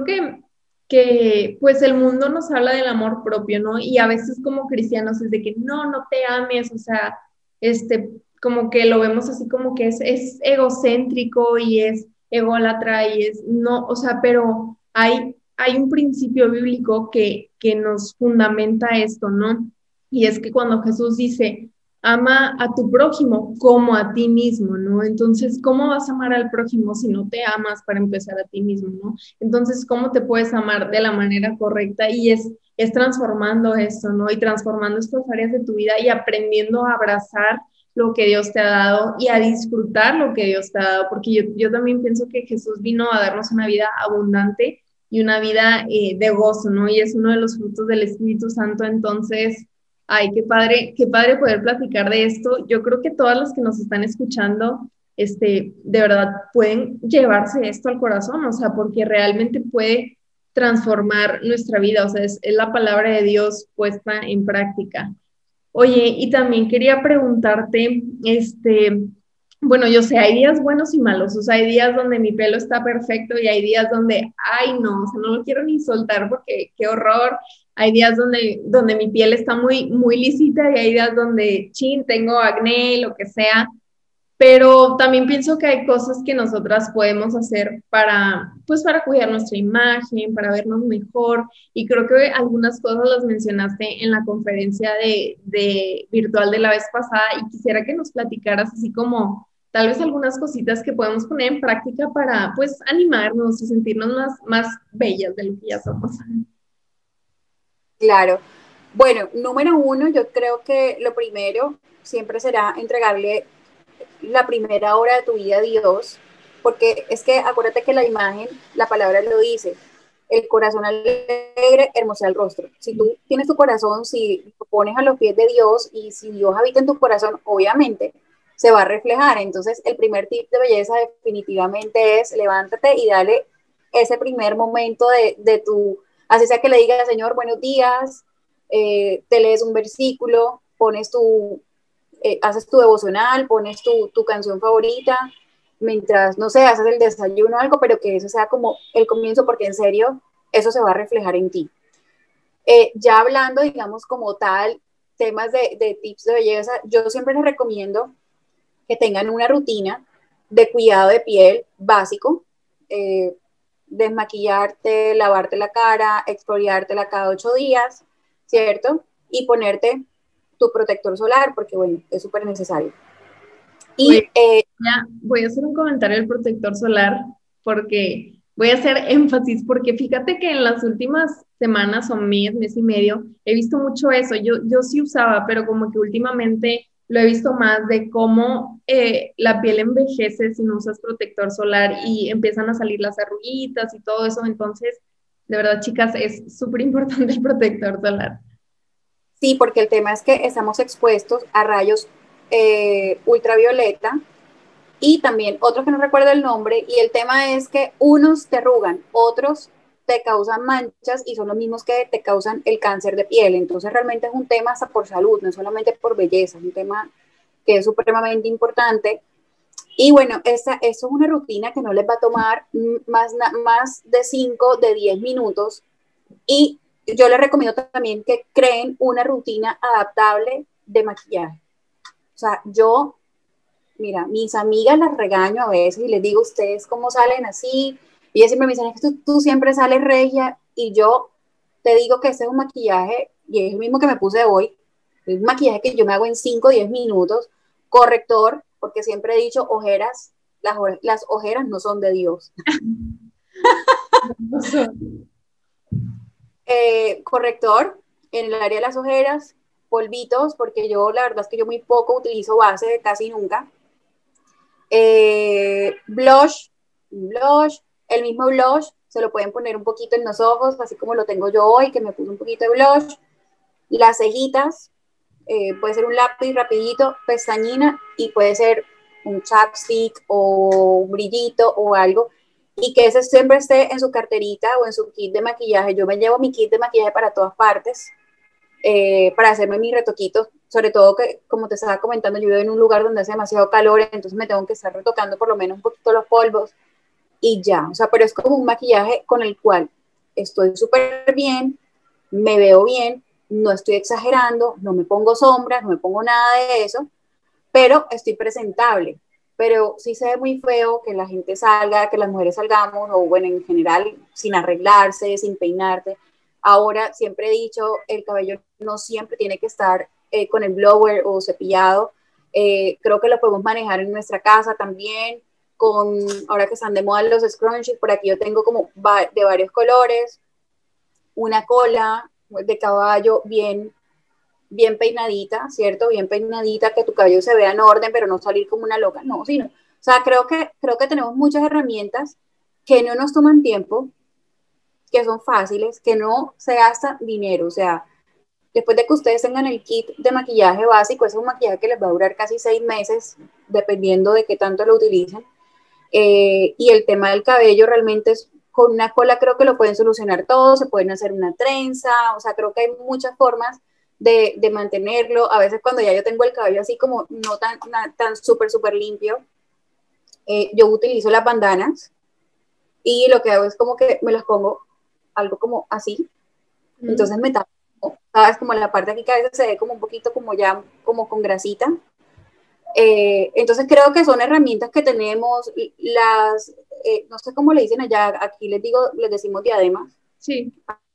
que pues el mundo nos habla del amor propio, ¿no? Y a veces como cristianos es de que no te ames, o sea, como que lo vemos así como que es egocéntrico y es ególatra y es, no, o sea, pero hay un principio bíblico que nos fundamenta esto, ¿no? Y es que cuando Jesús dice, ama a tu prójimo como a ti mismo, ¿no? Entonces, ¿cómo vas a amar al prójimo si no te amas para empezar a ti mismo, ¿no? Entonces, ¿cómo te puedes amar de la manera correcta? Y es transformando esto, ¿no? Y transformando estas áreas de tu vida y aprendiendo a abrazar lo que Dios te ha dado y a disfrutar lo que Dios te ha dado, porque yo también pienso que Jesús vino a darnos una vida abundante y una vida de gozo, ¿no? Y es uno de los frutos del Espíritu Santo, entonces, ay, qué padre poder platicar de esto. Yo creo que todas las que nos están escuchando, de verdad pueden llevarse esto al corazón, o sea, porque realmente puede transformar nuestra vida, o sea, es la palabra de Dios puesta en práctica. Oye, y también quería preguntarte, bueno, yo sé, hay días buenos y malos, o sea, hay días donde mi pelo está perfecto y hay días donde, ay, no, o sea, no lo quiero ni soltar porque qué horror. Hay días donde mi piel está muy lisita y hay días donde, chin, tengo acné, lo que sea. Pero también pienso que hay cosas que nosotras podemos hacer pues para cuidar nuestra imagen, para vernos mejor. Y creo que algunas cosas las mencionaste en la conferencia de virtual de la vez pasada y quisiera que nos platicaras así como tal vez algunas cositas que podemos poner en práctica para pues animarnos y sentirnos más bellas de lo que ya somos. Claro. Bueno, número uno, yo creo que lo primero siempre será entregarle la primera hora de tu vida a Dios, porque es que acuérdate que la imagen, la palabra lo dice, el corazón alegre hermosea el rostro. Si tú tienes tu corazón, si lo pones a los pies de Dios y si Dios habita en tu corazón, obviamente se va a reflejar. Entonces, el primer tip de belleza definitivamente es levántate y dale ese primer momento de tu, así sea que le digas, Señor, buenos días, te lees un versículo, pones haces tu devocional, pones tu canción favorita, mientras, no sé, haces el desayuno o algo, pero que eso sea como el comienzo, porque en serio, eso se va a reflejar en ti. Ya hablando, digamos, como tal, temas de tips de belleza, yo siempre les recomiendo que tengan una rutina de cuidado de piel básico, eh, desmaquillarte, lavarte la cara, exfoliártela cada 8 días, ¿cierto? Y ponerte tu protector solar, porque bueno, es súper necesario. Oye, Y ya voy a hacer un comentario del protector solar porque voy a hacer énfasis porque fíjate que en las últimas semanas o mes y medio, he visto mucho eso. Yo sí usaba, pero como que últimamente lo he visto más de cómo la piel envejece si no usas protector solar y empiezan a salir las arruguitas y todo eso. Entonces, de verdad, chicas, es súper importante el protector solar. sí, porque el tema es que estamos expuestos a rayos ultravioleta y también otros que no recuerdo el nombre, y el tema es que unos te arrugan, otros te causan manchas y son los mismos que te causan el cáncer de piel. Entonces realmente es un tema hasta por salud, no solamente por belleza, es un tema que es supremamente importante. Y bueno, eso es una rutina que no les va a tomar más de 5, de 10 minutos. Y yo les recomiendo también que creen una rutina adaptable de maquillaje. O sea, yo, mira, mis amigas las regaño a veces y les digo, ¿ustedes cómo salen así? Y ellas siempre me dicen, es que tú siempre sales regia. Y yo te digo que ese es un maquillaje, y es el mismo que me puse hoy, es un maquillaje que yo me hago en 5 o 10 minutos, corrector, porque siempre he dicho ojeras, las ojeras no son de Dios. Corrector en el área de las ojeras, polvitos, porque yo la verdad es que yo muy poco utilizo base, casi nunca. Blush, el mismo blush, se lo pueden poner un poquito en los ojos, así como lo tengo yo hoy, que me puse un poquito de blush. Las cejitas, puede ser un lápiz rapidito, pestañina, y puede ser un chapstick o un brillito o algo, y que ese siempre esté en su carterita o en su kit de maquillaje. Yo me llevo mi kit de maquillaje para todas partes, para hacerme mis retoquitos, sobre todo que, como te estaba comentando, yo vivo en un lugar donde hace demasiado calor, entonces me tengo que estar retocando por lo menos un poquito los polvos y ya, o sea, pero es como un maquillaje con el cual estoy súper bien, me veo bien, no estoy exagerando, no me pongo sombras, no me pongo nada de eso, pero estoy presentable. Pero sí se ve muy feo que la gente salga, que las mujeres salgamos, o bueno, en general, sin arreglarse, sin peinarte. Ahora, siempre he dicho, el cabello no siempre tiene que estar con el blower o cepillado. Creo que lo podemos manejar en nuestra casa también, con, ahora que están de moda los scrunchies, por aquí yo tengo como de varios colores, una cola de caballo bien peinadita, ¿cierto? Bien peinadita, que tu cabello se vea en orden, pero no salir como una loca, no, sino, o sea, creo que tenemos muchas herramientas que no nos toman tiempo, que son fáciles, que no se gasta dinero, o sea, después de que ustedes tengan el kit de maquillaje básico, es un maquillaje que les va a durar casi 6 meses, dependiendo de qué tanto lo utilicen, y el tema del cabello realmente es, con una cola creo que lo pueden solucionar todo, se pueden hacer una trenza, o sea, creo que hay muchas formas de mantenerlo. A veces cuando ya yo tengo el cabello así como no tan súper limpio, yo utilizo las bandanas y lo que hago es como que me las pongo algo como así, entonces me tapo, ¿sabes? Como la parte aquí que a veces se ve como un poquito como ya, como con grasita. Entonces creo que son herramientas que tenemos, no sé cómo le dicen allá, aquí les decimos diademas. Sí.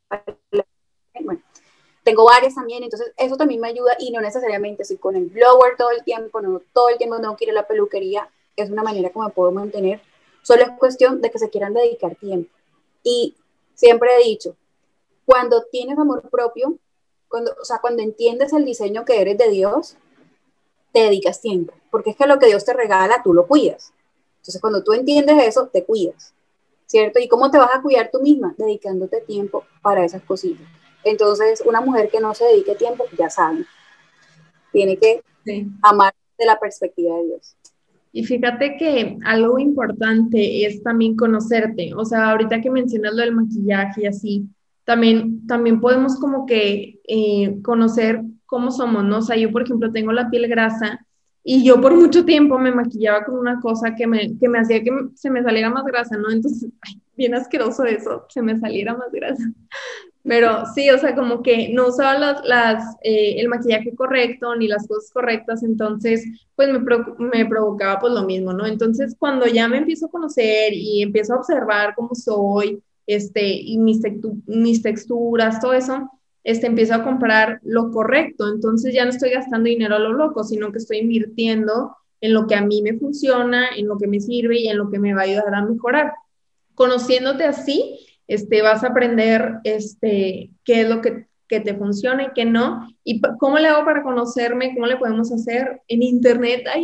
Bueno, tengo varias también, entonces eso también me ayuda, y no necesariamente estoy con el blower todo el tiempo, no todo el tiempo tengo que ir a la peluquería, es una manera como me puedo mantener, solo es cuestión de que se quieran dedicar tiempo. Y siempre he dicho, cuando tienes amor propio, o sea, cuando entiendes el diseño que eres de Dios, te dedicas tiempo, porque es que lo que Dios te regala, tú lo cuidas. Entonces, cuando tú entiendes eso, te cuidas, ¿cierto? ¿Y cómo te vas a cuidar tú misma? Dedicándote tiempo para esas cositas. Entonces, una mujer que no se dedique tiempo, ya saben, tiene que amar de la perspectiva de Dios. Y fíjate que algo importante es también conocerte. O sea, ahorita que mencionas lo del maquillaje y así, también podemos como que conocer cómo somos, ¿no? O sea, yo, por ejemplo, tengo la piel grasa y yo por mucho tiempo me maquillaba con una cosa que me hacía que se me saliera más grasa, ¿no? Entonces, ay, bien asqueroso eso, se me saliera más grasa. Pero sí, o sea, como que no usaba el maquillaje correcto ni las cosas correctas, entonces pues me provocaba pues lo mismo, ¿no? Entonces cuando ya me empiezo a conocer y empiezo a observar cómo soy, y mis texturas, todo eso, empiezo a comprar lo correcto, entonces ya no estoy gastando dinero a lo loco, sino que estoy invirtiendo en lo que a mí me funciona, en lo que me sirve y en lo que me va a ayudar a mejorar. Conociéndote así, vas a aprender qué es lo que te funciona y qué no. ¿Y cómo le hago para conocerme? ¿Cómo le podemos hacer? En internet hay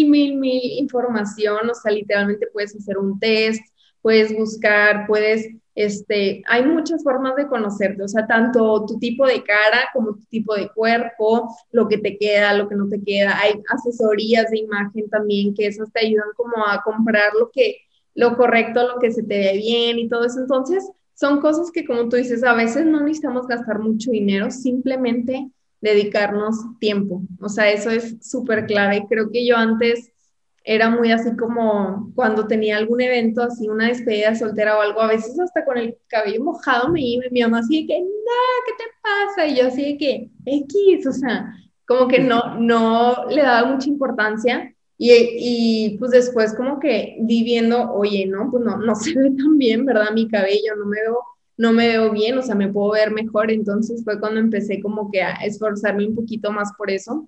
mil información, o sea, literalmente puedes hacer un test, puedes buscar, puedes hay muchas formas de conocerte, o sea, tanto tu tipo de cara como tu tipo de cuerpo, lo que te queda, lo que no te queda. Hay asesorías de imagen también que esas te ayudan como a comprar lo correcto, lo que se te ve bien y todo eso. Entonces, son cosas que, como tú dices, a veces no necesitamos gastar mucho dinero, simplemente dedicarnos tiempo. O sea, eso es súper clave. Creo que yo antes era muy así como cuando tenía algún evento, así una despedida soltera o algo, a veces hasta con el cabello mojado me iba y mi mamá así de que, no, ¿qué te pasa? Y yo así de que, X, o sea, como que no le daba mucha importancia. Y pues después como que viviendo, oye, no, pues no se ve tan bien, ¿verdad? Mi cabello, no me veo bien, o sea, me puedo ver mejor. Entonces fue cuando empecé como que a esforzarme un poquito más por eso.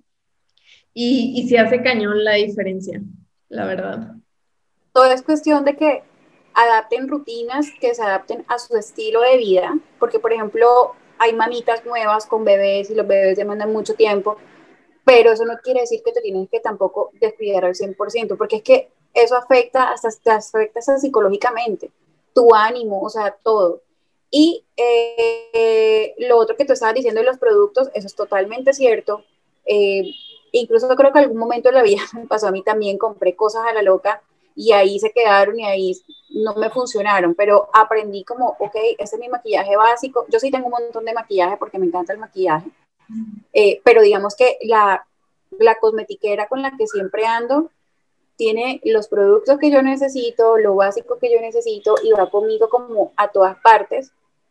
Y sí hace cañón la diferencia, la verdad. Todo es cuestión de que adapten rutinas que se adapten a su estilo de vida, porque por ejemplo hay mamitas nuevas con bebés y los bebés demandan mucho tiempo, pero eso no quiere decir que te tienes que tampoco descuidar al 100%, porque es que eso te afecta hasta psicológicamente, tu ánimo, o sea, todo. Y lo otro que tú estabas diciendo de los productos, eso es totalmente cierto. Eh, Incluso creo que en algún momento de la vida me pasó a mí también, compré cosas a la loca y ahí se quedaron y ahí no me funcionaron, pero aprendí como, ok, este es mi maquillaje básico. Yo sí tengo un montón de maquillaje porque me encanta el maquillaje, pero digamos que la cosmetiquera con la que siempre ando tiene los productos que yo necesito, lo básico que yo necesito y va conmigo como a todas partes,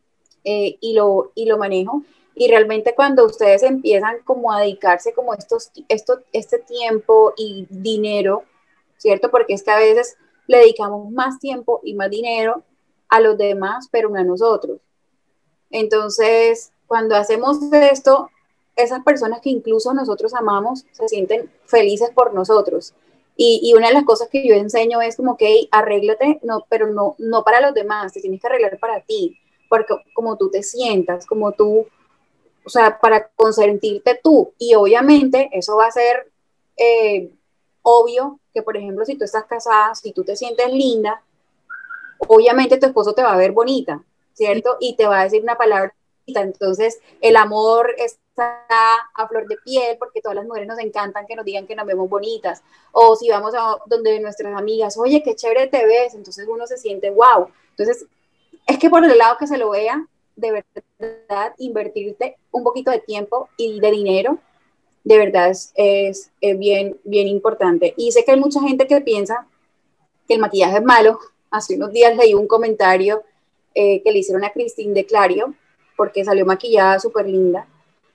y lo manejo. Y realmente cuando ustedes empiezan como a dedicarse como este tiempo y dinero, ¿cierto? Porque es que a veces le dedicamos más tiempo y más dinero a los demás, pero no a nosotros. Entonces, cuando hacemos esto, esas personas que incluso nosotros amamos se sienten felices por nosotros. Y una de las cosas que yo enseño es como que arréglate, no, pero no para los demás, te tienes que arreglar para ti, porque como tú te sientas, como tú, o sea, para consentirte tú. Y obviamente eso va a ser eh, obvio que, por ejemplo, si tú estás casada, si tú te sientes linda, obviamente tu esposo te va a ver bonita, Sí, ¿cierto? Y te va a decir una palabra bonita. Entonces, el amor está a flor de piel porque todas las mujeres nos encantan que nos digan que nos vemos bonitas. O si vamos a donde nuestras amigas, oye, qué chévere te ves, entonces uno se siente wow. Entonces, es que por el lado que se lo vea, de verdad, invertirte un poquito de tiempo y de dinero, de verdad es bien, bien importante. Y sé que hay mucha gente que piensa que el maquillaje es malo. Hace unos días leí un comentario que le hicieron a Christine de Clario, porque salió maquillada súper linda.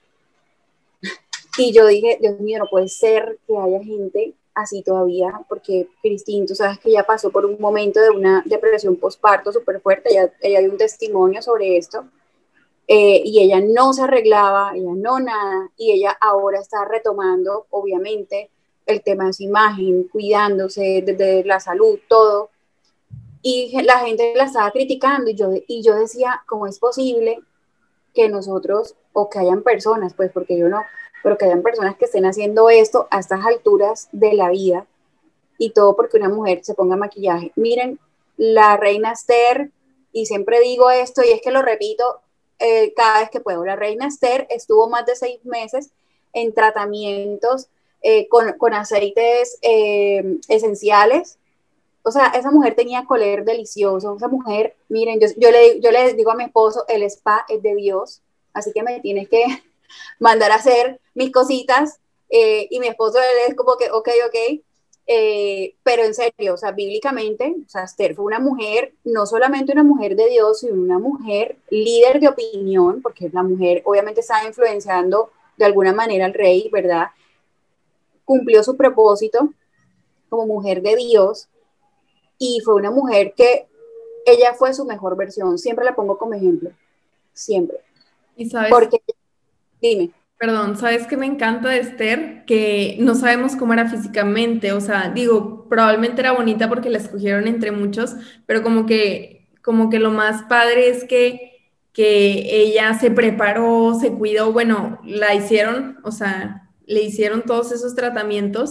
Y yo dije, Dios mío, no puede ser que haya gente así todavía, porque Christine, tú sabes que ella pasó por un momento de una depresión postparto súper fuerte, ella dio un testimonio sobre esto, y ella no se arreglaba, ella no nada, y ella ahora está retomando, obviamente, el tema de su imagen, cuidándose desde la salud, todo, y la gente la estaba criticando y yo decía, ¿cómo es posible que nosotros, o que hayan personas, pues porque yo no, pero que hayan personas que estén haciendo esto a estas alturas de la vida y todo porque una mujer se ponga maquillaje? Miren, la reina Esther, y siempre digo esto y es que lo repito cada vez que puedo, la reina Esther estuvo más de 6 meses en tratamientos con aceites esenciales. O sea, esa mujer tenía coler delicioso, esa mujer, miren, yo le digo a mi esposo, el spa es de Dios, así que me tienes que mandar a hacer mis cositas, y mi esposo él es como que, ok, ok, pero en serio, o sea, bíblicamente, o sea, Esther fue una mujer, no solamente una mujer de Dios, sino una mujer líder de opinión, porque la mujer obviamente estaba influenciando de alguna manera al rey, ¿verdad? Cumplió su propósito como mujer de Dios y fue una mujer que ella fue su mejor versión. Siempre la pongo como ejemplo, siempre. y sabes, Porque, dime, perdón, ¿sabes qué me encanta de Esther? Que no sabemos cómo era físicamente, o sea, digo, probablemente era bonita porque la escogieron entre muchos, pero como que lo más padre es que ella se preparó, se cuidó, bueno, la hicieron, o sea, le hicieron todos esos tratamientos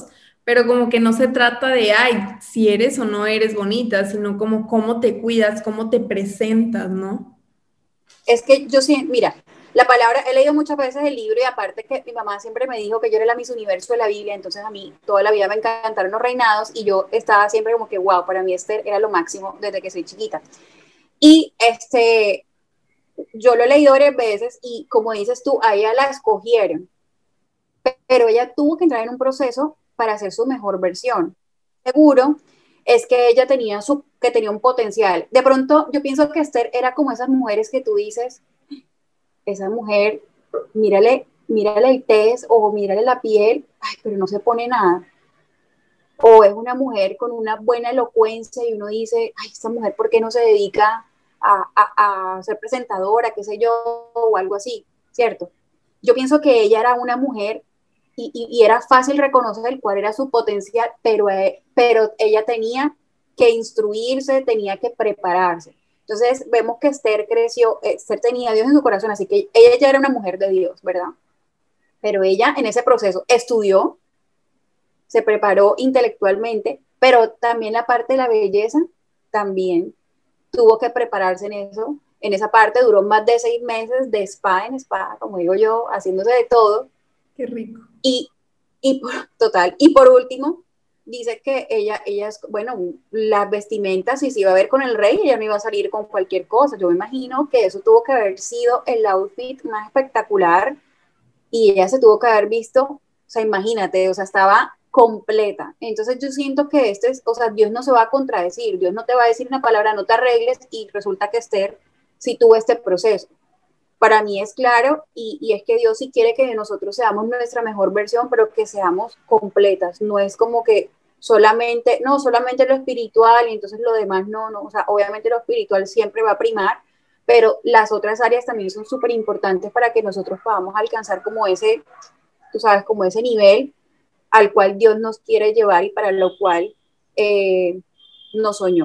pero como que no se trata de, ay, si eres o no eres bonita, sino como cómo te cuidas, cómo te presentas, ¿no? Es que yo sí, mira, la palabra, he leído muchas veces el libro y aparte que mi mamá siempre me dijo que yo era la Miss Universo de la Biblia, entonces a mí toda la vida me encantaron los reinados y yo estaba siempre como que, wow, para mí Esther era lo máximo desde que soy chiquita. Y yo lo he leído varias veces y como dices tú, a ella la escogieron, pero ella tuvo que entrar en un proceso para hacer su mejor versión. Seguro es que ella que tenía un potencial. De pronto yo pienso que Esther era como esas mujeres que tú dices, esa mujer, mírale el tez o mírale la piel, ay, pero no se pone nada. O es una mujer con una buena elocuencia y uno dice, ay, esta mujer, ¿por qué no se dedica a ser presentadora, qué sé yo, o algo así, ¿cierto? Yo pienso que ella era una mujer y era fácil reconocer cuál era su potencial, pero ella tenía que instruirse, tenía que prepararse. Entonces vemos que Esther creció, Esther tenía a Dios en su corazón, así que ella ya era una mujer de Dios, ¿verdad? Pero ella en ese proceso estudió, se preparó intelectualmente, pero también la parte de la belleza, también tuvo que prepararse en eso. En esa parte duró más de 6 meses de spa en spa, como digo yo, haciéndose de todo. Qué rico. Y, total, y por último, dice que ella es, bueno, las vestimentas, si se iba a ver con el rey, ella no iba a salir con cualquier cosa. Yo me imagino que eso tuvo que haber sido el outfit más espectacular y ella se tuvo que haber visto, o sea, imagínate, o sea, estaba completa. Entonces yo siento que o sea, Dios no se va a contradecir, Dios no te va a decir una palabra, no te arregles y resulta que Esther sí tuvo este proceso. Para mí es claro y es que Dios sí quiere que nosotros seamos nuestra mejor versión, pero que seamos completas. No es como que solamente lo espiritual y entonces lo demás no, o sea, obviamente lo espiritual siempre va a primar, pero las otras áreas también son súper importantes para que nosotros podamos alcanzar como ese, tú sabes, como ese nivel al cual Dios nos quiere llevar y para lo cual nos soñó.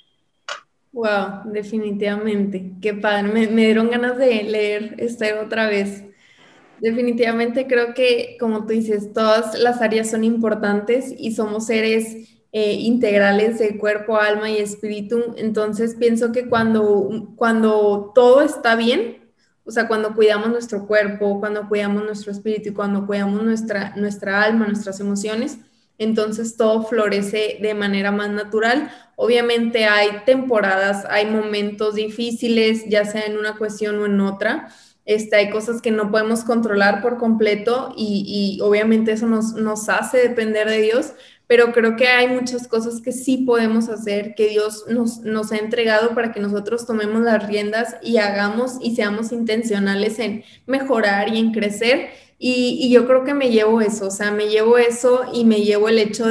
Wow, definitivamente. Qué padre. Me dieron ganas de leer Esther otra vez. Definitivamente creo que, como tú dices, todas las áreas son importantes y somos seres integrales de cuerpo, alma y espíritu. Entonces pienso que cuando todo está bien, o sea, cuando cuidamos nuestro cuerpo, cuando cuidamos nuestro espíritu y cuando cuidamos nuestra alma, nuestras emociones, entonces todo florece de manera más natural. Obviamente hay temporadas, hay momentos difíciles, ya sea en una cuestión o en otra. Hay cosas que no podemos controlar por completo y obviamente eso nos hace depender de Dios, pero creo que hay muchas cosas que sí podemos hacer, que Dios nos ha entregado para que nosotros tomemos las riendas y hagamos y seamos intencionales en mejorar y en crecer. Y yo creo que me llevo eso, o sea, me llevo eso y me llevo el hecho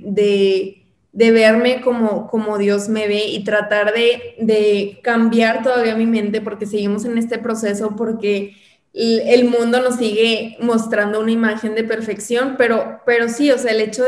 de verme como Dios me ve y tratar de cambiar todavía mi mente porque seguimos en este proceso, porque el mundo nos sigue mostrando una imagen de perfección, pero sí, o sea, el hecho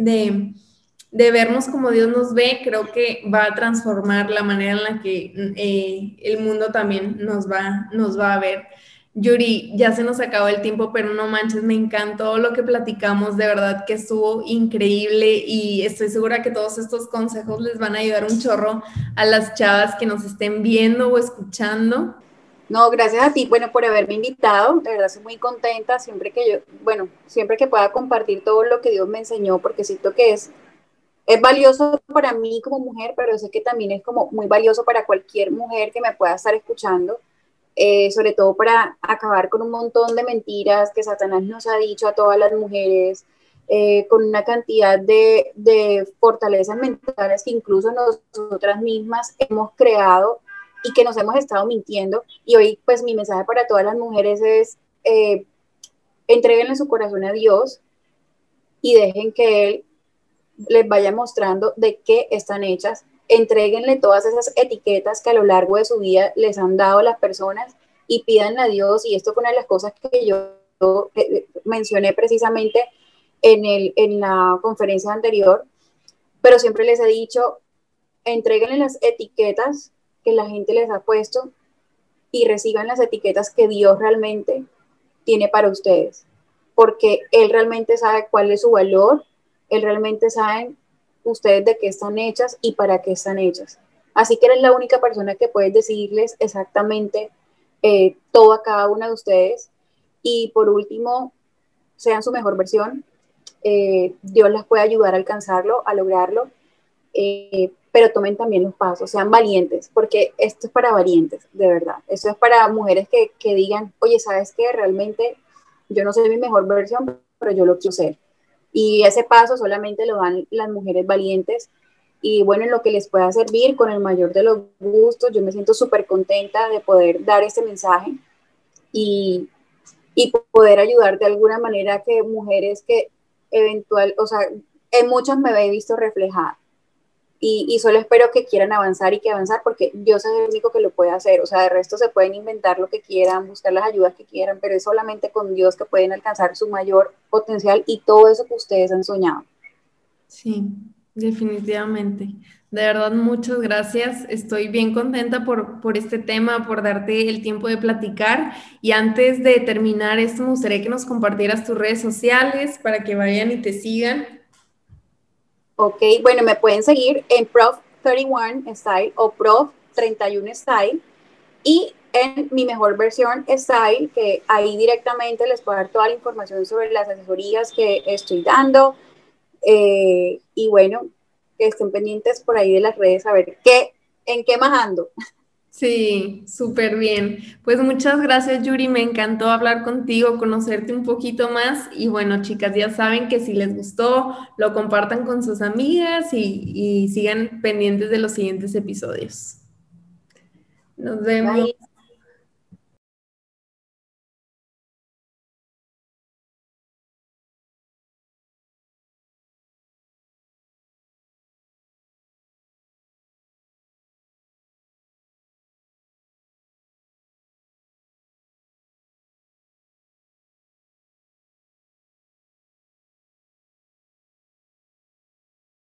de vernos como Dios nos ve, creo que va a transformar la manera en la que el mundo también nos va a ver. Yuri, ya se nos acabó el tiempo, pero no manches, me encantó lo que platicamos, de verdad que estuvo increíble y estoy segura que todos estos consejos les van a ayudar un chorro a las chavas que nos estén viendo o escuchando. No, gracias a ti, bueno, por haberme invitado. De verdad, soy muy contenta siempre que pueda compartir todo lo que Dios me enseñó, porque siento que es valioso para mí como mujer, pero sé que también es como muy valioso para cualquier mujer que me pueda estar escuchando, sobre todo para acabar con un montón de mentiras que Satanás nos ha dicho a todas las mujeres, con una cantidad de fortalezas mentales que incluso nosotras mismas hemos creado y que nos hemos estado mintiendo. Y hoy, pues mi mensaje para todas las mujeres es, entréguenle su corazón a Dios y dejen que Él les vaya mostrando de qué están hechas. Entréguenle todas esas etiquetas que a lo largo de su vida les han dado las personas y pídanle a Dios, y esto fue una de las cosas que yo mencioné precisamente en la conferencia anterior, pero siempre les he dicho, entréguenle las etiquetas que la gente les ha puesto y reciban las etiquetas que Dios realmente tiene para ustedes, porque Él realmente sabe cuál es su valor, Él realmente saben ustedes de qué están hechas y para qué están hechas. Así que eres la única persona que puede decirles exactamente todo a cada una de ustedes. Y por último, sean su mejor versión. Dios las puede ayudar a alcanzarlo, a lograrlo. Pero tomen también los pasos, sean valientes, porque esto es para valientes, de verdad. Esto es para mujeres que digan, oye, ¿sabes qué? Realmente yo no soy mi mejor versión, pero yo lo quiero ser. Y ese paso solamente lo dan las mujeres valientes. Y bueno, en lo que les pueda servir, con el mayor de los gustos, yo me siento súper contenta de poder dar este mensaje y, y poder ayudar de alguna manera a que mujeres que eventual, o sea, en muchas me he visto reflejada y solo espero que quieran avanzar y que avanzar porque yo soy el único que lo puede hacer, o sea, de resto se pueden inventar lo que quieran, buscar las ayudas que quieran, pero es solamente con Dios que pueden alcanzar su mayor potencial y todo eso que ustedes han soñado. Sí, definitivamente. De verdad, muchas gracias. Estoy bien contenta por este tema, por darte el tiempo de platicar. Y antes de terminar esto, me gustaría que nos compartieras tus redes sociales para que vayan y te sigan. Ok, bueno, me pueden seguir en Prof 31 Style o Prof 31 Style y en mi mejor versión Style, que ahí directamente les puedo dar toda la información sobre las asesorías que estoy dando. Y bueno, que estén pendientes por ahí de las redes a ver en qué más ando. Sí, súper bien. Pues muchas gracias, Yuri. Me encantó hablar contigo, conocerte un poquito más. Y bueno, chicas, ya saben que si les gustó, lo compartan con sus amigas y sigan pendientes de los siguientes episodios. Nos vemos. Bye.